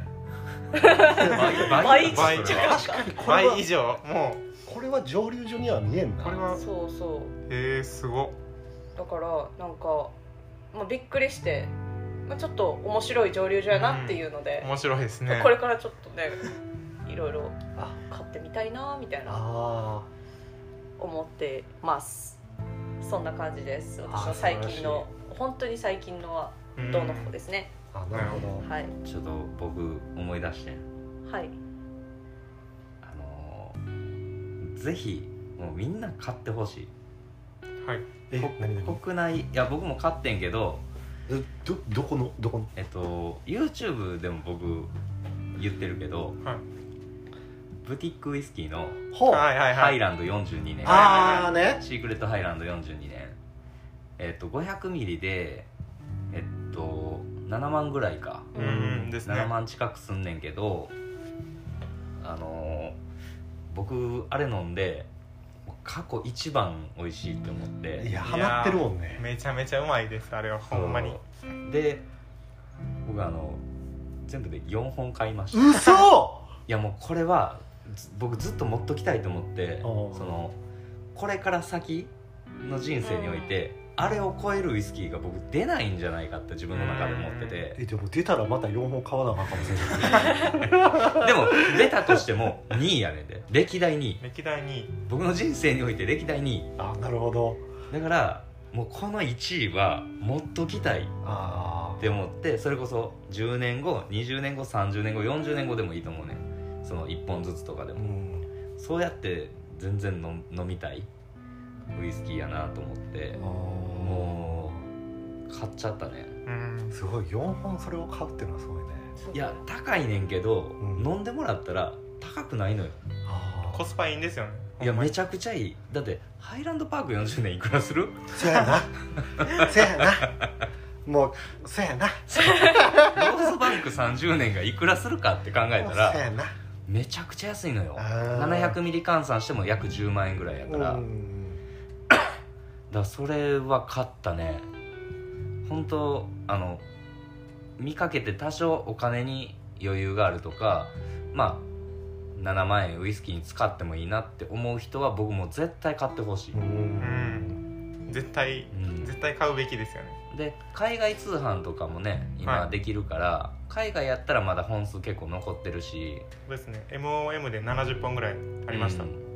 倍ちっ倍ちゃかっ確かにこれは倍以上もこれは蒸留所には見えんなうこれはたそうそうへえすごっだからなんか、まあ、びっくりして、まあ、ちょっと面白い蒸留所やなっていうので、 面白いですねこれからちょっとねいろいろあ買ってみたいなみたいなあ思ってますそんな感じですあ私の最近の本当に最近のはうんどの方ですね、 ーあなるほどはいちょっと僕思い出してはいあのーぜひもうみんな買ってほしいはいえこ何々 国内いや僕も買ってんけどえどどこのどこのえっと YouTube でも僕言ってるけどはいブティックウイスキーのほうはいはいはいハイランドよんじゅうにねんああねシークレットハイランドよんじゅうにねんえっとごひゃくミリでえっとななまんぐらいかうんうんですねななまん近くすんねんけどあのー僕あれ飲んで過去一番美味しいって思っていやハマってるもんねめちゃめちゃうまいですあれはほんまにそうで僕あの全部でよんほん買いました嘘いやもうこれはず僕ずっと持っときたいと思ってそおーのこれから先の人生においてあれを超えるウイスキーが僕出ないんじゃないかって自分の中で思っててえでも出たらまたよんほん買わなあかんかもしれないでも出たとしてもにいやねんで歴代にい歴代に僕の人生において歴代にいあなるほどだからもうこのいちいは持っときたいあって思ってそれこそじゅうねんごにじゅうねんごさんじゅうねんごよんじゅうねんごでもいいと思うねそのいっぽんずつとかでもうんそうやって全然飲飲みたいウイスキーやなと思ってもう買っちゃったねうんすごいよんほんそれを買うっていうのはすごいねいや高いねんけど、 うん飲んでもらったら高くないのよあコスパいいんですよねちいやめちゃくちゃいいだってハイランドパークよんじゅうねんいくらするあそやなそやなもうそやなローズバンクさんじゅうねんがいくらするかって考えたそらやなめちゃくちゃ安いのよあーななひゃくミリ換算しても約じゅうまんえんぐらいやから、 うんだからそれは買ったね本当あの見かけて多少お金に余裕があるとかまあななまんえんウイスキーに使ってもいいなって思う人は僕も絶対買ってほしい、 ううんん絶対うん絶対買うべきですよねで海外通販とかもね今はいできるから、海外やったらまだ本数結構残ってるしそうですね エムオーエム でななじゅっぽんぐらいありました、 うんうん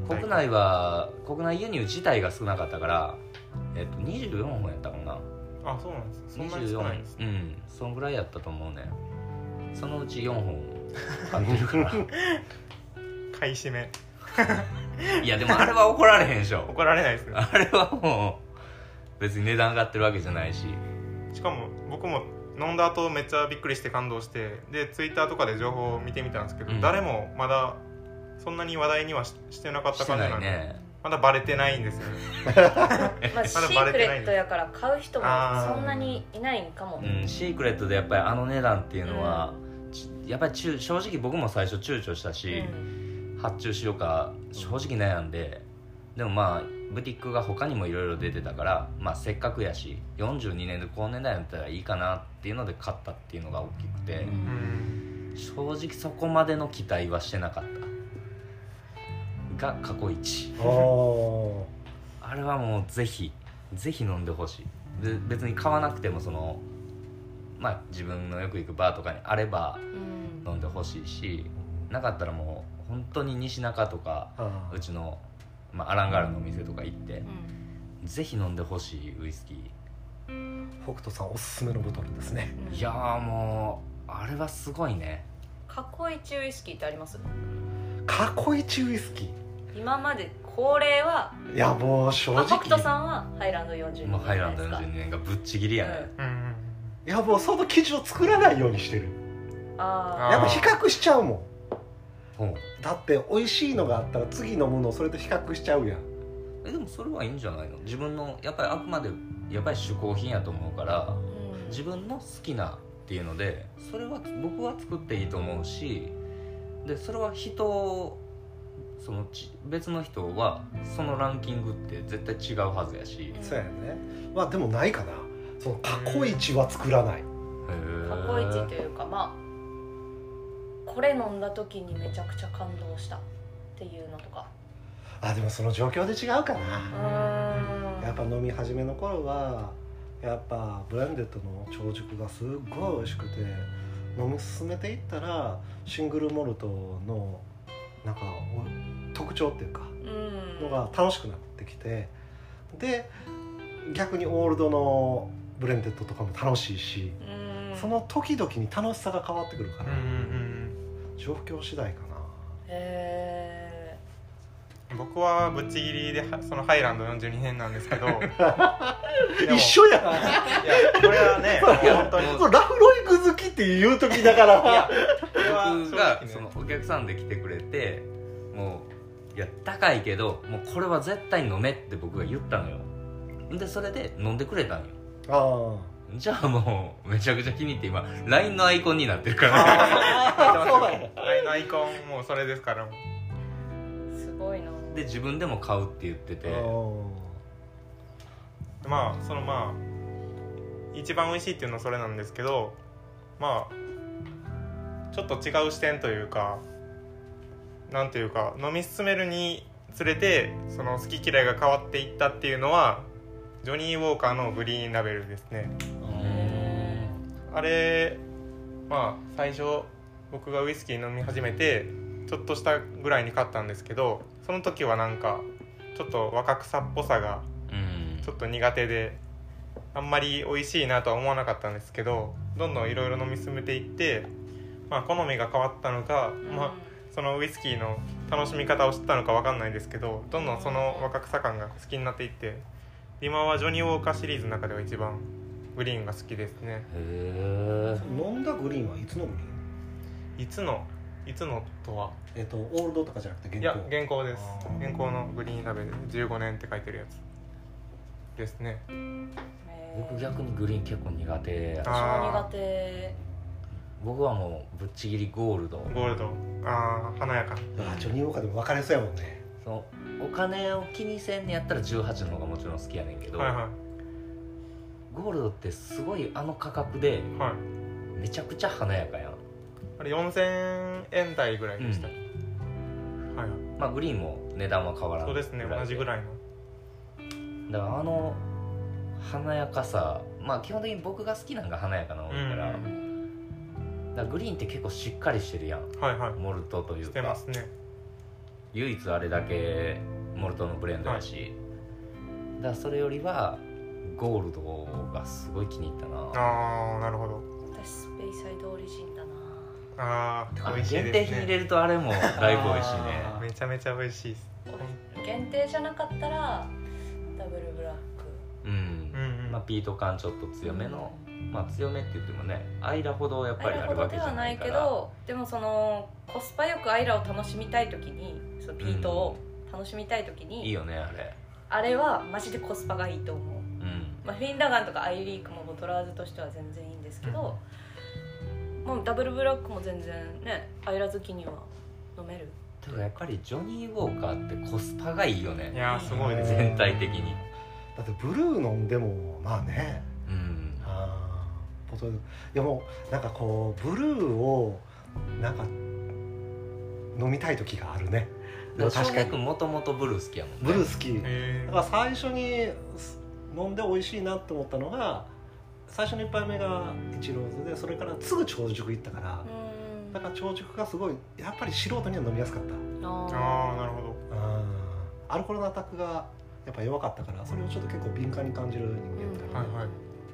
国内は国内輸入自体が少なかったから、えっと、にじゅうよんほんやったかな。 あ、そうなんです。そんなに少ないんですね。 うん、そんぐらいやったと思うね。そのうちよんほん買ってるから買い占めいやでもあれは怒られへんでしょ怒られないですね。 あれはもう別に値段上がってるわけじゃないし、 しかも僕も飲んだ後めっちゃびっくりして感動して、でツイッターとかで情報を見てみたんですけど、うん、誰もまだそんなに話題には し, してなかった感じなんで、ね、まだバレてないんですよねまあ、シークレットやから買う人もそんなにいないんかも、 うん、シークレットでやっぱりあの値段っていうのは、うん、やっぱり正直僕も最初躊躇したし、うん、発注しようか正直悩んで、でもまあブティックが他にもいろいろ出てたから、まあ、せっかくやしよんじゅうにねんで高値段やったらいいかなっていうので買ったっていうのが大きくて、うん、正直そこまでの期待はしてなかったが過去一あれはもうぜひぜひ飲んでほしい。で別に買わなくてもその、まあ、自分のよく行くバーとかにあれば飲んでほしいし、なかったらもう本当に西中とかうちの、まあ、アランガールのお店とか行って、うん、ぜひ飲んでほしいウイスキー。 北斗さんおすすめのボトルですね、 うん、いやーもうあれはすごいね。 過去一ウイスキーってあります？ 過去一ウイスキー今までこれは、 いやもう正直、 北斗さんはハイランドよんじゅうにねんもうハイランドよんじゅうにねんがぶっちぎりやね、 うんうん、 いやもうその生地を作らないようにしてる。 あやっぱ比較しちゃうもん。 うん、 だって美味しいのがあったら次のものをそれと比較しちゃうやん。 えでもそれはいいんじゃないの？自分のやっぱりあくまでやっぱり嗜好品やと思うから、うん、自分の好きなっていうのでそれは僕は作っていいと思うし、でそれは人をその別の人はそのランキングって絶対違うはずやし、 うん、そうやね。まあでもないかな、その過去一は作らない。 過去一というか、まあこれ飲んだ時にめちゃくちゃ感動したっていうのとか。 あでもその状況で違うかな。うんやっぱ飲み始めの頃はやっぱブレンデッドの長熟がすっごい美味しくて、飲み進めていったらシングルモルトのなんか特徴っていうかのが楽しくなってきて、で逆にオールドのブレンデッドとかも楽しいし、その時々に楽しさが変わってくるから、うんうん、状況次第かな。 へー僕はぶっちぎりでそのハイランドよんじゅうにねんなんですけど一緒やん。いやこれはね本当にラフロイグ好きって言う時だからいや僕がそのお客さんで来てくれて、もういや高いけどもうこれは絶対飲めって僕が言ったのよ。でそれで飲んでくれたんよ。 あじゃあもうめちゃくちゃ気に入って今 ライン のアイコンになってるからねライン のアイコンもうそれですから。 すごいな。 で自分でも買うって言ってて、 まあそのまあ一番美味しいっていうのはそれなんですけど、まあちょっと違う視点というかなんていうか飲み進めるにつれてその好き嫌いが変わっていったっていうのはジョニー・ウォーカーのグリーンラベルですね。あれまあ最初僕がウイスキー飲み始めてちょっとしたぐらいに買ったんですけど、その時はなんかちょっと若草っぽさがちょっと苦手であんまり美味しいなとは思わなかったんですけど、どんどんいろいろ飲み進めていって、まあ、好みが変わったのか、まあ、そのウイスキーの楽しみ方を知ったのか分かんないですけど、どんどんその若草感が好きになっていって、今はジョニー・ウォーカーシリーズの中では一番グリーンが好きですね。 へー。飲んだグリーンはいつのグリーン？ いつのいつのとはえっとオールドとかじゃなくて現行？ いや現行です。現行のグリーンラベルじゅうごねんって書いてるやつですね。 僕逆にグリーン結構苦手。 私も苦手。 僕はもうぶっちぎりゴールド。 ゴールド。ああ華やか。 あジョニー・ウォーカーでも分かれそうやもんね。 そうお金を気にせんにやったらじゅうはちの方がもちろん好きやねんけど、 はいはい、 ゴールドってすごいあの価格でめちゃくちゃ華やかやん。 あれよんせんえん台ぐらいでした、うんはいはい、 まあグリーンも値段は変わらない。 そうですね、同じぐらいの。だからあの華やかさ、まあ基本的に僕が好きなのが華やかなのだから、うん、だからグリーンって結構しっかりしてるやん、 はいはい、 モルトというかしてますね。 唯一あれだけモルトのブレンドだし、はい、だからそれよりはゴールドがすごい気に入ったな。 あーなるほど。 私スペイサイドオリジンだな。 あー美味しいですね。 限定品入れるとあれもだいぶ美味しいね。 めちゃめちゃ美味しいです。 限定じゃなかったらダブルブラック、 うん、うんうん、まあ、ピート感ちょっと強めの、うん、まあ強めって言ってもねアイラほどやっぱりあるわけじゃないから。 アイラほどではないけど、でもそのコスパよくアイラを楽しみたいときに、そのピートを楽しみたいときに、 うん、いいよねあれ。 あれはマジでコスパがいいと思う、うん、まあ、フィンラガンとかアイリークもボトラーズとしては全然いいんですけど、うん、もうダブルブラックも全然ねアイラ好きには飲める。 だからやっぱりジョニー・ウォーカーってコスパがいいよね。 いやすごいね全体的に。 だってブルー飲んでもまあね、うん、あボトルいやもうなんかこうブルーをなんか飲みたい時があるね。 確かにもともとブルー好きやもんね。 ブルー好きだから最初に飲んで美味しいなって思ったのが最初のいっぱいめがイチローズで、それからすぐ長熟行ったから、うん、だから長熟がすごいやっぱり素人には飲みやすかった。 ああなるほど。 あアルコールのアタックがやっぱ弱かったから、それをちょっと結構敏感に感じる人間みたいな、うんはいはい、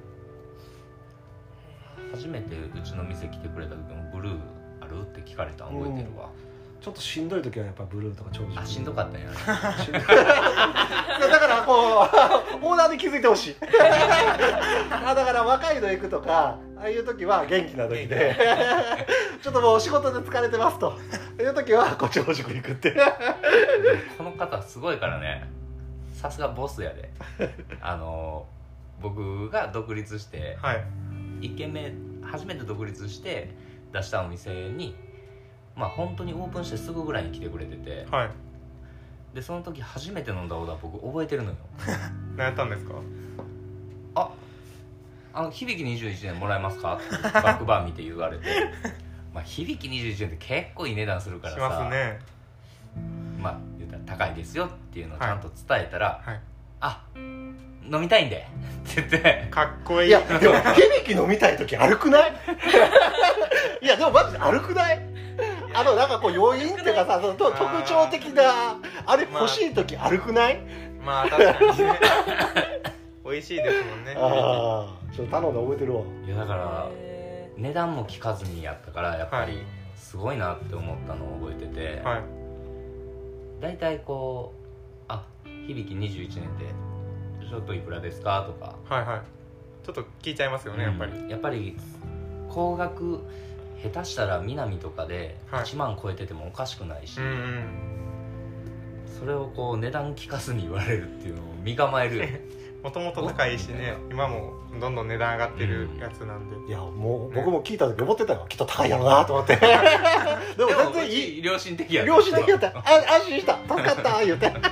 初めてうちの店来てくれた時もブルーあるって聞かれたの覚えてるわ、 うん、ちょっとしんどい時はやっぱブルーとか長熟。 あしんどかったんやだからこうオーダーで気づいてほしいあだから若いの行くとかああいう時は元気な時でちょっともう仕事で疲れてますという時はこっち長熟行くってこの方すごいからね、さすがボスやであの僕が独立して、はい、いっけんめ初めて独立して出したお店にまあ本当にオープンしてすぐぐらいに来てくれてて、はい、でその時初めて飲んだオーダー僕覚えてるのよ何やったんですか？ ああの響にじゅういちねんもらえますかってバックバー見て言われてまあ響にじゅういちねんって結構いい値段するからさ、しますね。まあ言ったら高いですよっていうのをちゃんと伝えたら、はいはい、あ飲みたいんでって言ってかっこいい。 いやでも響飲みたい時歩くないいやでもマジで歩くないあのなんかこう余韻っていうかさその特徴的なあれ欲しい時歩くない？ まあ確かにね美味しいですもんね。 ああちょっと頼んで覚えてるわ。 いやだから値段も聞かずにやったからやっぱりすごいなって思ったのを覚えてて、はい、だいたいこうあ響にじゅういちねんでちょっといくらですかとか、 はいはい、ちょっと聞いちゃいますよね、うん、やっぱりやっぱり高額下手したら南とかでいちまん超えててもおかしくないし、はい、うんうん、それをこう値段聞かずに言われるっていうのを身構えるよねもともと高いしね、今もどんどん値段上がってるやつなんで、うん、 いやもう僕も聞いた時思ってたよ、きっと高いやろなと思ってでも全然いい良心的やった良心的やったあ安心した助かった言うてだ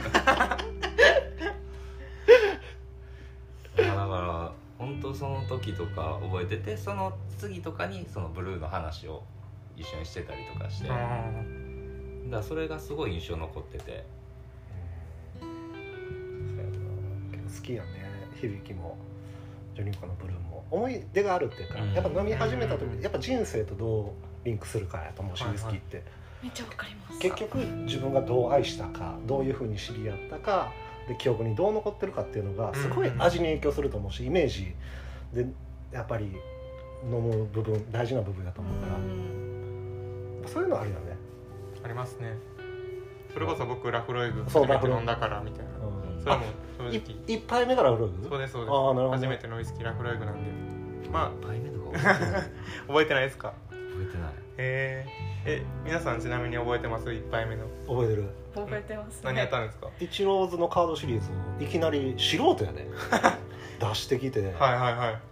から本当その時とか覚えてて、その次とかにそのブルーの話を一緒にしてたりとかして、だからそれがすごい印象残ってて、 好きやね響もジョニーコのブルーも思い出があるっていうか、うん、やっぱ飲み始めた時やっぱ人生とどうリンクするかやと思うし、ウイスキーって、はいはい、 めっちゃわかります。 結局自分がどう愛したか、どういう風に知り合ったかで記憶にどう残ってるかっていうのがすごい味に影響すると思うし、イメージでやっぱり飲む部分大事な部分だと思うから、うん、そういうのあるよね。 ありますね。それこそ僕ラフロイグ初めて飲んだからみたいな、うん、それも正直いっぱいめがラフロイグ？ そうですそうです。あ、なるほど。初めてのウイスキーラフロイグなんで、まあいっぱいめとか覚えてない覚えてないですか？ 覚えてない。 へえ、皆さんちなみに覚えてます？いっぱいめの。 覚えてる。 覚えてます、ね、 何やったんですか？ イチローズのカードシリーズをいきなり素人やね出してきて、はいはいはい。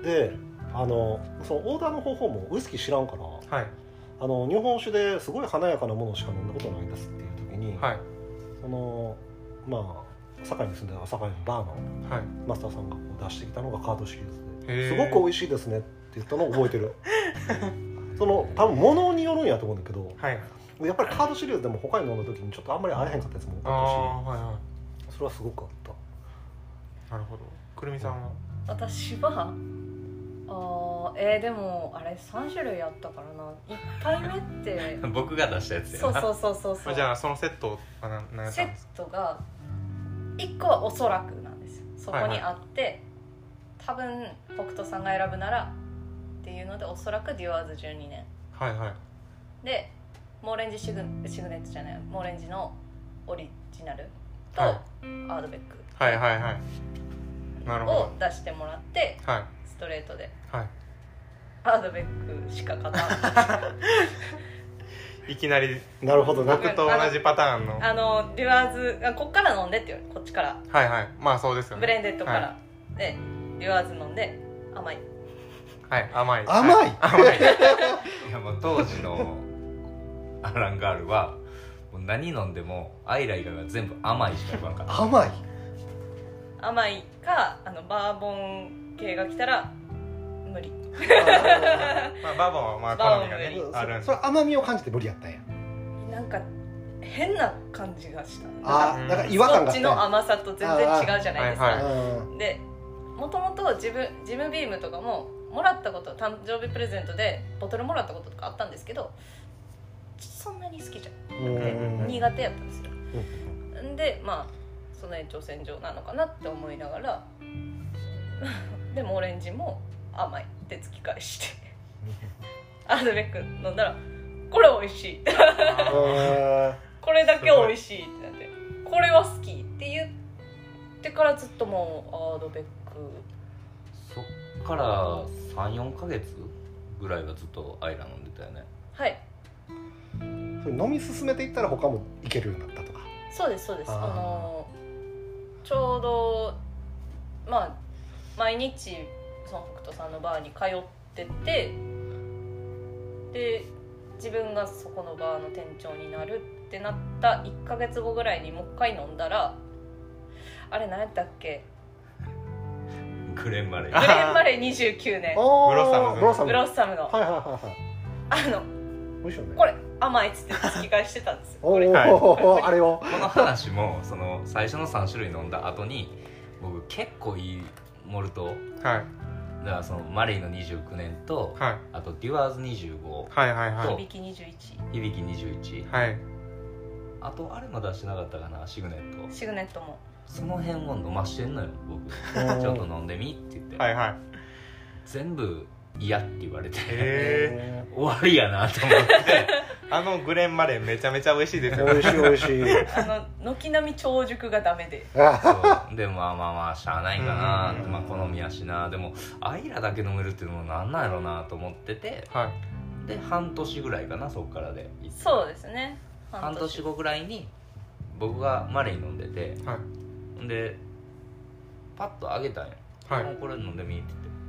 で、あのそのオーダーの方法もウイスキー知らんから、はい、あの日本酒ですごい華やかなものしか飲んだことないですっていう時に、はい、そのまあ堺に住んでる堺のバーのマスターさんがこう出してきたのがカードシリーズで、すごく美味しいですねって言ったのを覚えてるその多分物によるんやと思うんだけど、はい、やっぱりカードシリーズでも他に飲んだ時にちょっとあんまり合えへんかったやつも多かったし、あ、はいはい、それはすごくあった。 なるほど。くるみさんは？ 私はあーえー、でもあれさん種類あったからないっぱいめって僕が出したやつやな。 そうそうそうそうそうじゃあそのセットは何何やっセッたんですか？ トがいっこはおそらくなんですよ。そこにあって、はいはい、多分北斗さんが選ぶならっていうのでおそらくデュアーズじゅうにねん、 はいはいでモーレンジシグシグネットじゃないモーレンジのオリジナルと、 はい、 アードベックはいはいはいなるほどを出してもらって、 はいストレートではいアードベックしか勝たんいきなりなるほどな。 僕と同じパターンのあのデュアーズあこっから飲んでって言われるこっちからはいはいまあそうですよねブレンデッドから、 はでデュアーズ飲んで甘いはい甘い甘い、 はい、甘いいやもう当時のアランガールはもう何飲んでもアイライガが全部甘いしか言わんかった甘い。 甘いかあのバーボン系が来たら無理まあバーボンはまあ好みがねバあるんでそれ甘みを感じて無理やったんや。 なんか変な感じがしたあー、なんか違和感があったんや。 こっちの甘さと全然違うじゃないですか、 はいうんでもともとジムジムビームとかももらったこと誕生日プレゼントでボトルもらったこととかあったんですけどそんなに好きじゃなくてうん苦手やったんですよんでまあその延長線上なのかなって思いながらでもオレンジも甘いって突き返してアードベック飲んだらこれ美味しいうんこれだけ美味しいってなってこれは好きって言ってからずっともうアードベックそっからさんよんかげつぐらいはずっとアイラ飲んでたよね。 はいそれ飲み進めていったら他もいけるようになったとか。 そうですそうですあーあのちょうどまあ毎日その北斗さんのバーに通っててで自分がそこのバーの店長になるってなったいっかげつごぐらいにもう一回飲んだらあれ何やったっけグレンマレグーレンマレーにじゅうきゅうねんあーブロッサムズブロッサムブロッサムのはいはいはいはい。 あの美味しいよね。 これ甘いっつって突き返してたんですよおこれお、 はいあれを。 この話もその最初のさん種類飲んだ後に僕結構いいモルトはいだからそのマレーのにじゅうきゅうねんと、 はいあとデュアーズにじゅうご、 はいはいはい響きにじゅういち響きにじゅういち、 はいあとあれも出してなかったかな、シグネット。 シグネットもその辺を飲ましてんのよ僕うんちょっと飲んでみって言って、 はいはい全部嫌って言われてへ終わりやなと思ってあのグレンマレーめちゃめちゃ美味しいですよね美味しい美味しい。 あの軒並み長熟がダメであそうでまあまあまあしゃあないかなって、まあ好みやしな、でもアイラだけ飲めるっていうのもなんなんやろうなと思ってて、 はいで半年ぐらいかなそっからでそうですね半年後ぐらいに僕がマレー飲んでて、 はいでパッとあげたんよ、 はいもうこれ飲んでみって言って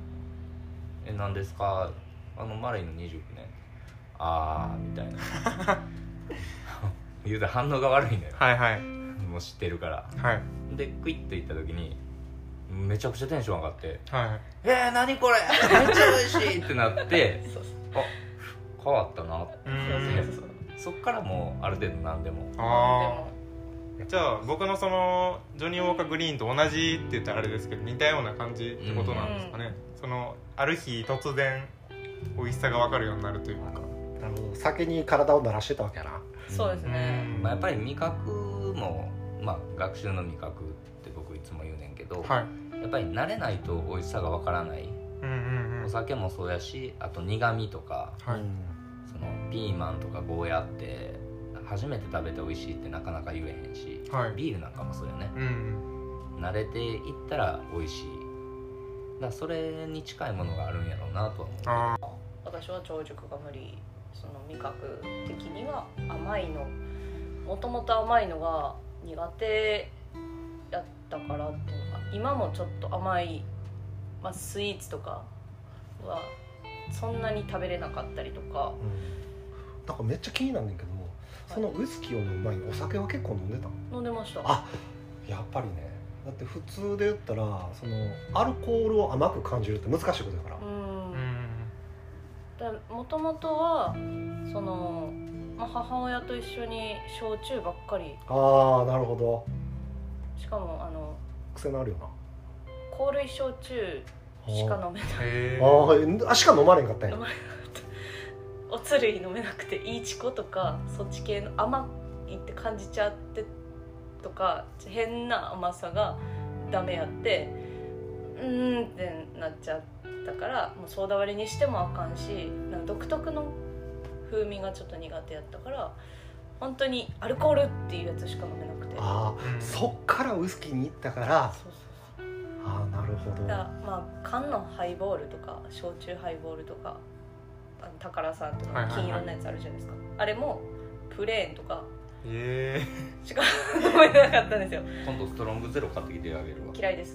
「え何ですか?」あのマレーのにじゅうきゅうねんあーみたいな言うて反応が悪いのよ、 はいはいもう知ってるから。 はいでクイッといった時にめちゃくちゃテンション上がってはい 「えー、何これめっちゃ美味しい!」ってなってそうそうあ変わったな、 うそうーんそうそうそっからもうある程度何でもああじゃあ僕のそのジョニー・ウォーカー・グリーンと同じって言ったらあれですけど似たような感じってことなんですかね、そのある日突然美味しさが分かるようになるというかなるほど。酒に体を慣らしてたわけやな。 そうですねまあ、やっぱり味覚も、まあ、学習の味覚って僕いつも言うねんけど、 はいやっぱり慣れないと美味しさがわからない、 うんうんうんお酒もそうやし、あと苦味とかはいうんそのピーマンとかゴーヤって初めて食べて美味しいってなかなか言えへんし、 はいビールなんかもそうよね、 うん慣れていったら美味しい、だからそれに近いものがあるんやろうなとは思う。 あ私は長熟が無理その味覚的には甘いのもともと甘いのが苦手やったからっていうのが今もちょっと甘い、まあ、スイーツとかはそんなに食べれなかったりとかうんなんかめっちゃ気になんねんけど、そのウイスキーを飲む前にお酒は結構飲んでたの？ 飲んでました。 あ、やっぱりね。だって普通で言ったらそのアルコールを甘く感じるって難しいことだから。 うんうんもともとはその、まあ、母親と一緒に焼酎ばっかり、 ああ、なるほど。 しかもあの癖のあるよな。 香類焼酎しか飲めない。 へあーあしか飲まれんかったんや飲まれなかったおつるい飲めなくていいチコとかそっち系の甘いって感じちゃってとか変な甘さがダメやってうーんってなっちゃったからもうソーダ割りにしてもあかんしなんか独特の風味がちょっと苦手やったから本当にアルコールっていうやつしか飲めなくてああ、 うんそっからウイスキーに行ったからそうそうそうああなるほどだからまあ缶のハイボールとか焼酎ハイボールとかあの宝さんとか金色のやつあるじゃないですか、あれもプレーンとかえしか飲めなかったんですよ。 今度ストロングゼロ買ってきてあげるわ。 嫌いです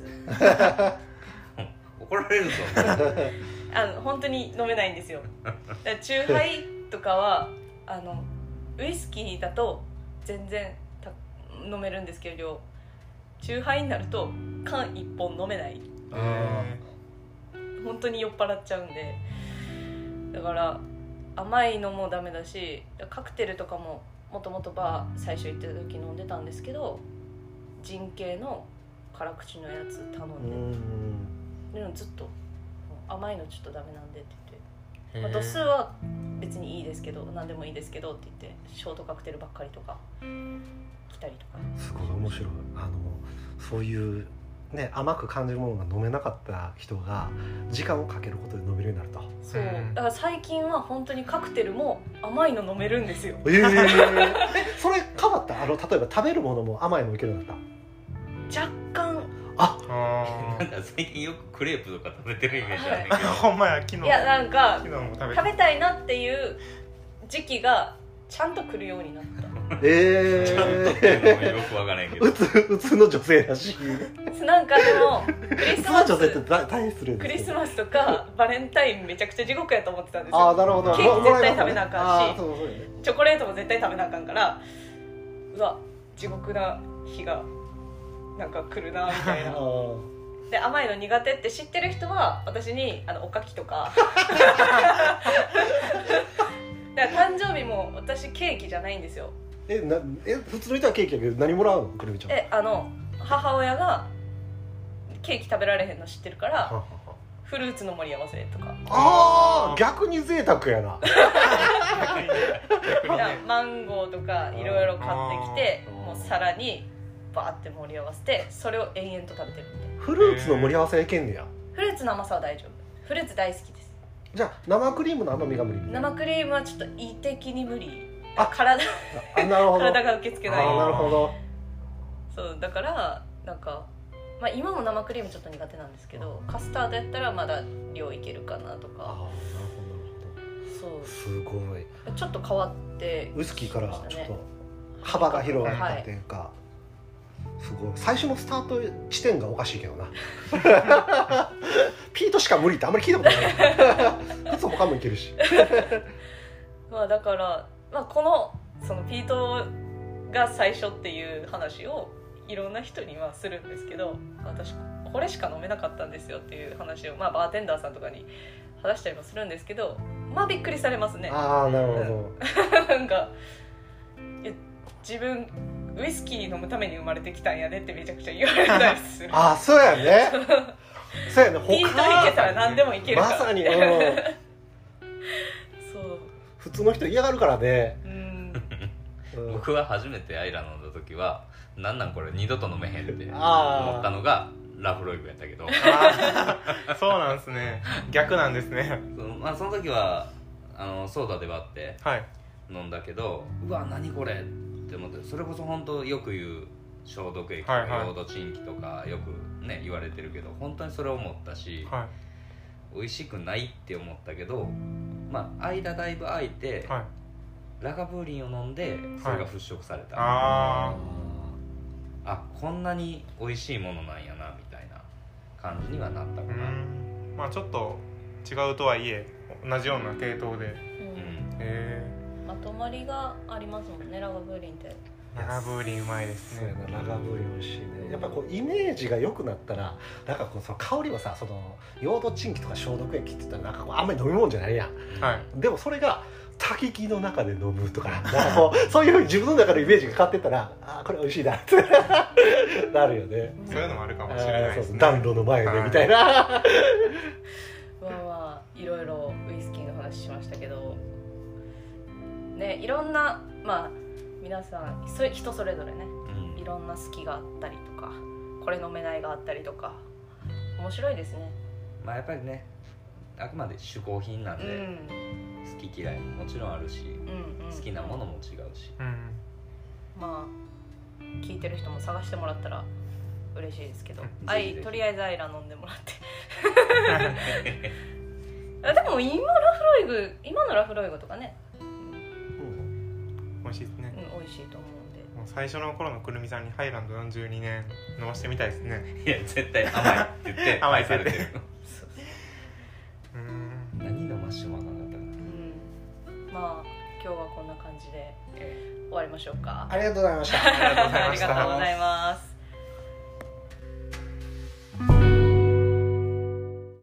怒られるぞあの本当に飲めないんですよ。だからチューハイとかはあのウイスキーだと全然た飲めるんですけど量チューハイになると缶いっぽん飲めないあ本当に酔っ払っちゃうんでだから甘いのもダメだしカクテルとかももともとバー最初行ってた時飲んでたんですけどジン系の辛口のやつ頼ーうんでんでもずっと甘いのちょっとダメなんでって言って、 ーまあ、度数は別にいいですけど何でもいいですけどって言ってショートカクテルばっかりとか来たりとかすごい面白いあのそういうね甘く感じるものが飲めなかった人が時間をかけることで飲めるようになるとそううんだから最近は本当にカクテルも甘いの飲めるんですよえー、えそれ変わったあの例えば食べるものも甘いのいけるようになっ若干ああなんか最近よくクレープとか食べてるイメージあるんだけど、 ーほんまや昨日いやなんか昨日も食べ食べたいなっていう時期がちゃんと来るようになったえちゃんとっていうのもよくわからんけどうつ普通の女性らしいなんかでもクリ普通スマスの女性って大大失礼ですクリススマスとかバレンタインめちゃくちゃ地獄やと思ってたんですよああなるほどケーキ絶対食べなあかんしあーそうそうよねチョコレートも絶対食べなあかんからうわ地獄な日がなんか来るなみたいなあーで甘いの苦手って知ってる人は私にあのおかきとかだから誕生日も私ケーキじゃないんですよえなえ普通の人はケーキやけど何もらうのくるみちゃんえあの母親がケーキ食べられへんの知ってるからはははフルーツの盛り合わせとかあー逆に贅沢やな逆にねマンゴーとかいろいろ買ってきてあーもう皿にバーって盛り合わせてそれを延々と食べてるみたいなフルーツの盛り合わせいけんねやフルーツの甘さは大丈夫フルーツ大好きですじゃあ生クリームの甘みが無理生クリームはちょっと胃的に無理あ体あなるほど体が受け付けないあーなるほどそうだからなんか、まあ、今も生クリームちょっと苦手なんですけどカスタードやったらまだ量いけるかなとかああなるほどなるほどそすごいうちょっと変わってウイスキーからきましたねちょっと幅が広がったっていうか、すごい最初のスタート地点がおかしいけどなピートしか無理ってあんまり聞いたことない普通他もいけるしまあだから、まあ、このそのピートが最初っていう話をいろんな人にはするんですけど私これしか飲めなかったんですよっていう話を、まあ、バーテンダーさんとかに話したりもするんですけどまあびっくりされますねああなるほど、 なんかいや自分ウイスキー飲むために生まれてきたんやでってめちゃくちゃ言われたりするああそうやねそうやねピートいけたら何でもいけるからまさに、うん、 そう普通の人嫌がるからね、 うんうん、 僕は初めてアイラ飲んだ時はなんなんこれ二度と飲めへんってあー思ったのがラフロイグやったけどあーそうなんですね逆なんですねその,、まあ、その時はあのソーダで割ってはい飲んだけどうわ何これって思ってそれこそ本当よく言う消毒液とかはいはいヨードチンキとかよくね言われてるけど本当にそれを思ったし、 は美味しくないって思ったけどまあ間だいぶ空いて、 いはいラガブーリンを飲んでそれが払拭された、 ああこんなに美味しいものなんやなみたいな感じにはなったかな、 ーうんまあちょっと違うとはいえ同じような系統でうんうんへまとまりがありますもんねラガブーリンってえラガブーリンうまいですそうやねなラガブーリン美味しいねやっぱこうイメージが良くなったらなんかこうその香りはさそのヨードチンキとか消毒液って言ったらなんかこうあんまり飲み物じゃないやんはいでもそれが焚き木の中で飲むとか、なんかこうそういうふうに自分の中のイメージが変わってったら、あこれ美味しいなってなるよね。 そういうのもあるかもしれないですね。 暖炉の前でみたいな、 まあまあいろいろウイスキーの話しましたけどね、いろんなまあ皆さん人それぞれね、いろんな好きがあったりとか、これ飲めないがあったりとか、面白いですね。 まあやっぱりね、あくまで嗜好品なんで、うん、好き嫌いももちろんあるし、うんうん、好きなものも違うし、うん、 まあ聞いてる人も探してもらったら嬉しいですけど、あいとりあえずアイラ飲んでもらってでも今ラフロイグ今のラフロイグとかね、うん、 美味しいですね、 うん、美味しいと思うんで、 もう最初の頃のくるみさんにハイランドよんじゅうにねん飲ませてみたいですね。 いや絶対甘いって言って甘いって言ってうん何飲ましても分かんなかったから、 うん、まあ今日はこんな感じで終わりましょうか。 ありがとうございましたありがとうございます。